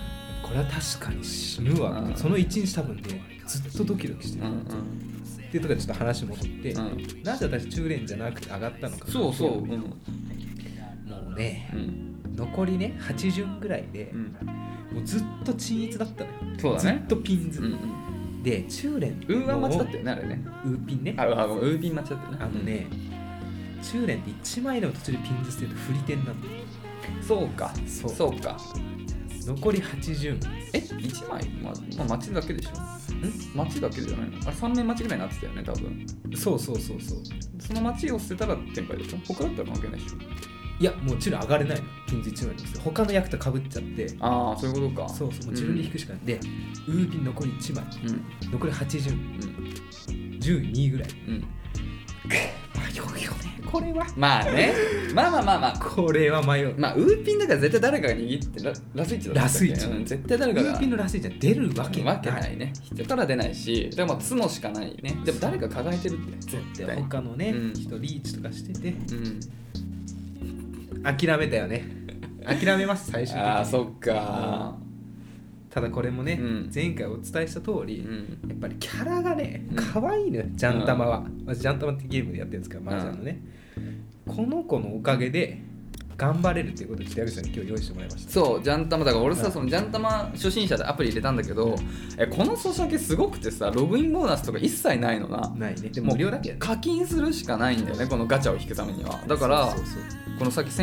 これは確かに死ぬわ、うん、その一日多分ねずっとドキドキしてる、うんうん、っていうところでちょっと話戻って、うん、なぜ私中連じゃなくて上がったのか。 そうそう、うん、 もうね、うん、残りね8巡ぐらいで、うん、もうずっと鎮一だったのよ。 そうだね、 ずっとピンズ、うんうん、で中連ウーアン待ちだったよねあれね。 ウーピンね、 ウーピン待ちだったよね。中連って1枚でも途中でピンズしてると振り点なんだよ。 そうかそうか。 残り8巡 1枚、まあ、待ちだけでしょ。待ちだけじゃないのあれ3面待ちぐらいになってたよね多分。 そうその待ちを捨てたら展開でしょ。他だったら関係ないでしょ。 いやもちろん上がれないの。ピンズ1枚にして他の役と被っちゃって。 ああそういうことか。 そうもう自分で引くしかない、うん、でウーピン残り1枚、うん、残り8巡、うん、12ぐらい、うん、迷うよねこれは。 まあねまあこれは迷う。 まあウーピンだから絶対誰かが握ってラスイチだった、ね、 ラスイチ、 うん、絶対誰かがウーピンのラスイチは出るわけないね。人から出ないしでもツモしかないね。でも誰か抱えてるって絶対他のね、うん、人リーチとかしてて、うん、諦めたよね。諦めます最終的に。 ああそっか、 ただこれもね、うん、前回お伝えした通り、うん、やっぱりキャラがね可愛いのよ、ジャンタマは。私ジャンタマってゲームでやってるんですからマージャンのね、この子のおかげで頑張れるっていうことで矢口さんに今日用意してもらいました。 そうジャンタマだから俺さ、そのジャンタマ初心者でアプリ入れたんだけど、このソシャゲすごくてさ、ログインボーナスとか一切ないのな。 ないね。でも無料だけど、ね、 課金するしかないんだよねこのガチャを引くためには。だからこのさっき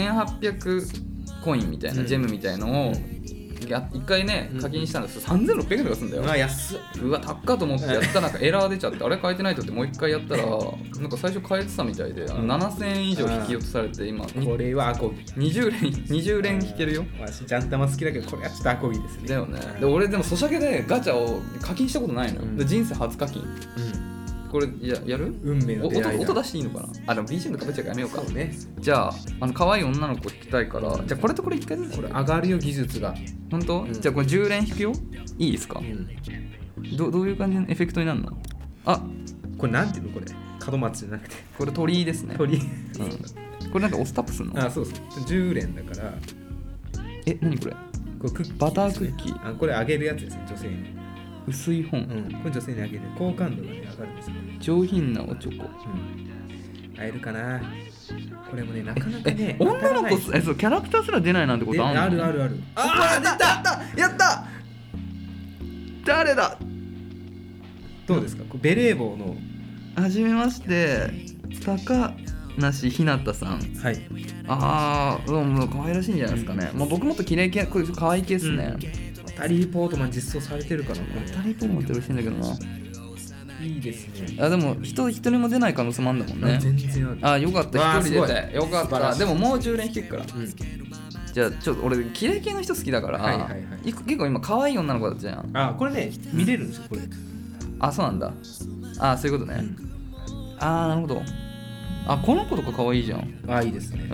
1800コインみたいな、ジェムみたいのを1回ね課金したんですよ。3600円とかするんだよ。 安っ。 うわ高っと思ってやったらなんかエラー出ちゃってあれ変えてないとってもう1回やったらなんか最初変えてたみたいで7000円以上引き落とされて今これはアコギ 20連引けるよ。 私ジャンタマ好きだけどこれはちょっとアコギですね。 だよね。で俺でもソシャゲでガチャを課金したことないのよ、で人生初課金、これやる？ 運命の出会いだ。 音出していいのかなあ、でも BGM とかぶっちゃうからやめようか。 そうね。 じゃあ可愛い女の子引きたいから、じゃあこれとこれ一回ずつ。 これ上がるよ技術が。 本当？じゃあこれ10連引くよ。いいですか？どういう感じのエフェクトになるの？あ、 これなんていうのこれ？門松じゃなくて。 これ鳥居ですね。 鳥居。これなんか押すタップするの？ あ、そう10連だから。 何これ？バタークッキー。 あ、これあげるやつですね女性に。 薄い本、 これ女性にあげる好感度がね上がるんですよ。 上品なおチョコ、 会えるかな。これもねなかなかね女の子そうキャラクターすら出ないなんてことあるの？ ある。 あ出たやった。誰だ？ どうですかベレー帽の。 はじめまして高梨ひなたさん。 はい。 もう可愛らしいんじゃないですかね。僕もっと綺麗系これ可愛い系ですね。 ナタリー・ポートマン実装されてるかな。 ナタリー・ポートマンって嬉しいんだけどな。 いいですね。 でも一人も出ない可能性もあるんだもんね。 全然ある。 よかった一人出てよかった。でももう10連引けるから、じゃあちょっと俺綺麗系の人好きだから、結構今可愛い女の子だったじゃん。 これね見れるんですよこれ。 そうなんだ。そういうことね。なるほど。この子とか可愛いじゃん。 いいですね。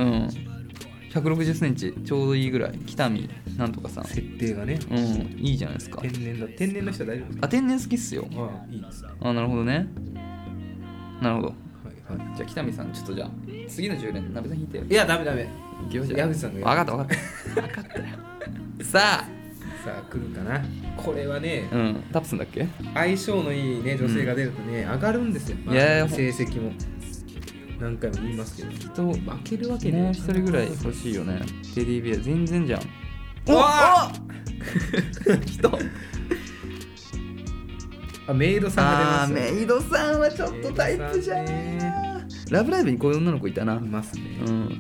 160センチちょうどいいぐらい。北見なんとかさん。 設定がね。 いいじゃないですか。 天然の人は大丈夫ですか？ 天然好きっすよ。 いいですね。 なるほどね。なるほど。じゃあ北見さんちょっとじゃあ次の10連鍋さん引いてよ。 いやダメ。 いきましょう。 矢口さんが。 分かったよ。さあ来るかな。これはね。 タップすんだっけ？ 相性のいいね女性が出るとね上がるんですよ。成績も。何回も言いますけど人負けるわけね。 もう一人ぐらい欲しいよね。テディベア全然じゃん。人メイドさんが出ます。 メイドさんはちょっとタイプじゃん。ラブライブにこういう女の子いたな。いますね。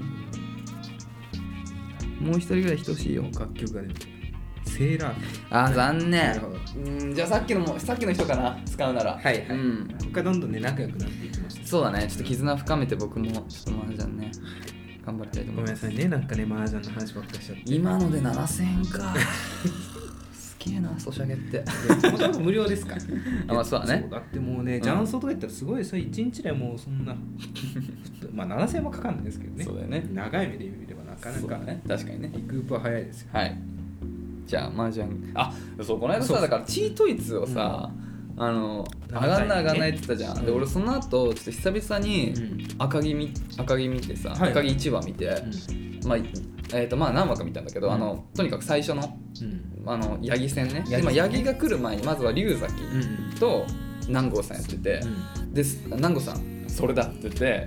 もう一人ぐらい人欲しいよ。 楽曲が出る。セーラー。 残念。じゃあさっきの人かな使うなら。 ここからどんどんね仲良くなっていきました。 そうだね。ちょっと絆深めて僕もちょっと麻雀ね頑張りたいと思います。 ごめんなさいねなんかね麻雀の話ばっかりしちゃって。 今ので7000円か。すげえなソシャゲって。 多分無料ですか。 そうだね。 だってもうね雀荘とか言ったらすごいさ1日でもうそんな7000円もかかるんですけどね。 そうだよね。 長い目で見ればなかなかね。確かにね。 リクープは早いですよ。 はい。じゃあ麻雀この間さだからチートイツをさ上がんないって言ったじゃん。で俺その後ちょっと久々に赤木見てさ赤木1話見てまあ何話か見たんだけど、とにかく最初の、八木戦ね。今八木が来る前にまずは龍崎と南郷さんやってて、で南郷さんそれだって言って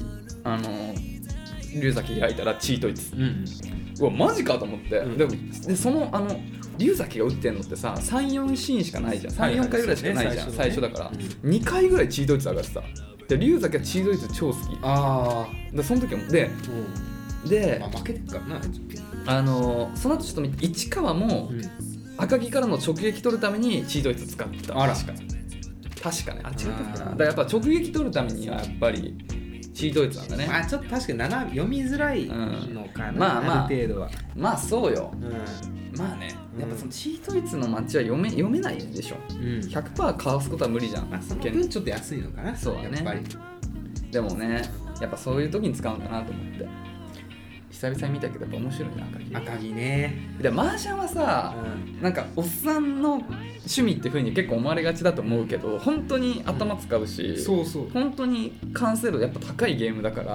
龍崎開いたらチートイツ、うわマジかと思って、でその龍崎が打ってんのってさ 3,4 シーンしかないじゃん、3,4 回ぐらいしかないじゃん、最初だから、2回ぐらいチートイツ上がってた。で龍崎はチートイツ超好き。でその時もで、 負けてっからな。 その後ちょっと見て市川も赤木からの直撃取るためにチートイツ使ってた。確かね。違ったっけな。だからやっぱ直撃取るためにはやっぱりチートイツなんだね。 ちょっと確かに読みづらいのかな、ある程度は。 まあそうよ。まあね、やっぱそのチートイツのマッチは読めないでしょ。100% かわすことは無理じゃん。 その分ちょっと安いのかな。 そうだね。やっぱりでもね、やっぱそういう時に使うんだなと思って。久々に見たけどやっぱ面白いな赤木ね。 で麻雀はさ、なんかおっさんの趣味って風に結構思われがちだと思うけど、本当に頭使うし、本当に完成度やっぱ高いゲームだから、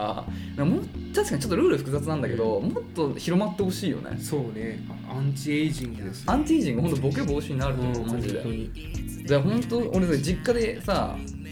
もう確かにちょっとルール複雑なんだけど、もっと広まってほしいよね。 そうね。アンチエイジングです。 アンチエイジング本当ボケ防止になると思う、マジで。で本当俺実家でさ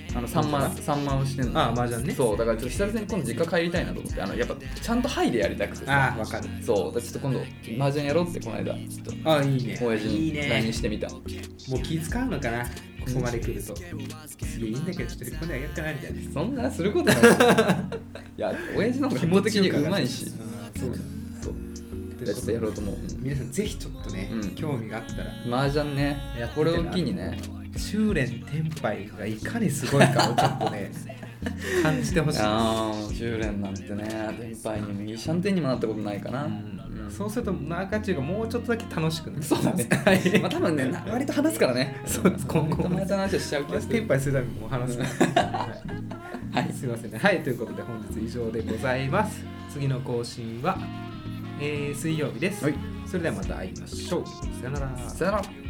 3万をしてんの。 麻雀ね。 そうだからちょっと久々に今度実家帰りたいなと思って、やっぱちゃんとハイでやりたくてさ。 わかる。 そうだ、ちょっと今度麻雀やろうってこの間ちょっといいね。 親父に LINE してみた。 もう気使うのかな、ここまで来ると。いいんだけどちょっとここであげたらみたいな。 そんなすることない。いや親父の方が気持ち的にうまいし。そうちょっとやろうと思う。 皆さんぜひちょっとね、興味があったら麻雀ね、これを機にね、 修練天敗がいかにすごいかをちょっとね感じてほしい。 修練なんてね、天敗に右シャンテンにもなったことないかな。 そうすると中中がもうちょっとだけ楽しくなる。 そうだね。まあ多分ね、割と話すからね。 そうです。今後また話をしちゃう気がする。 天敗するためにも話す。はい、すいませんね。はい、ということで本日以上でございます。次の更新は水曜日です。それではまた会いましょう。さよなら。 さよなら。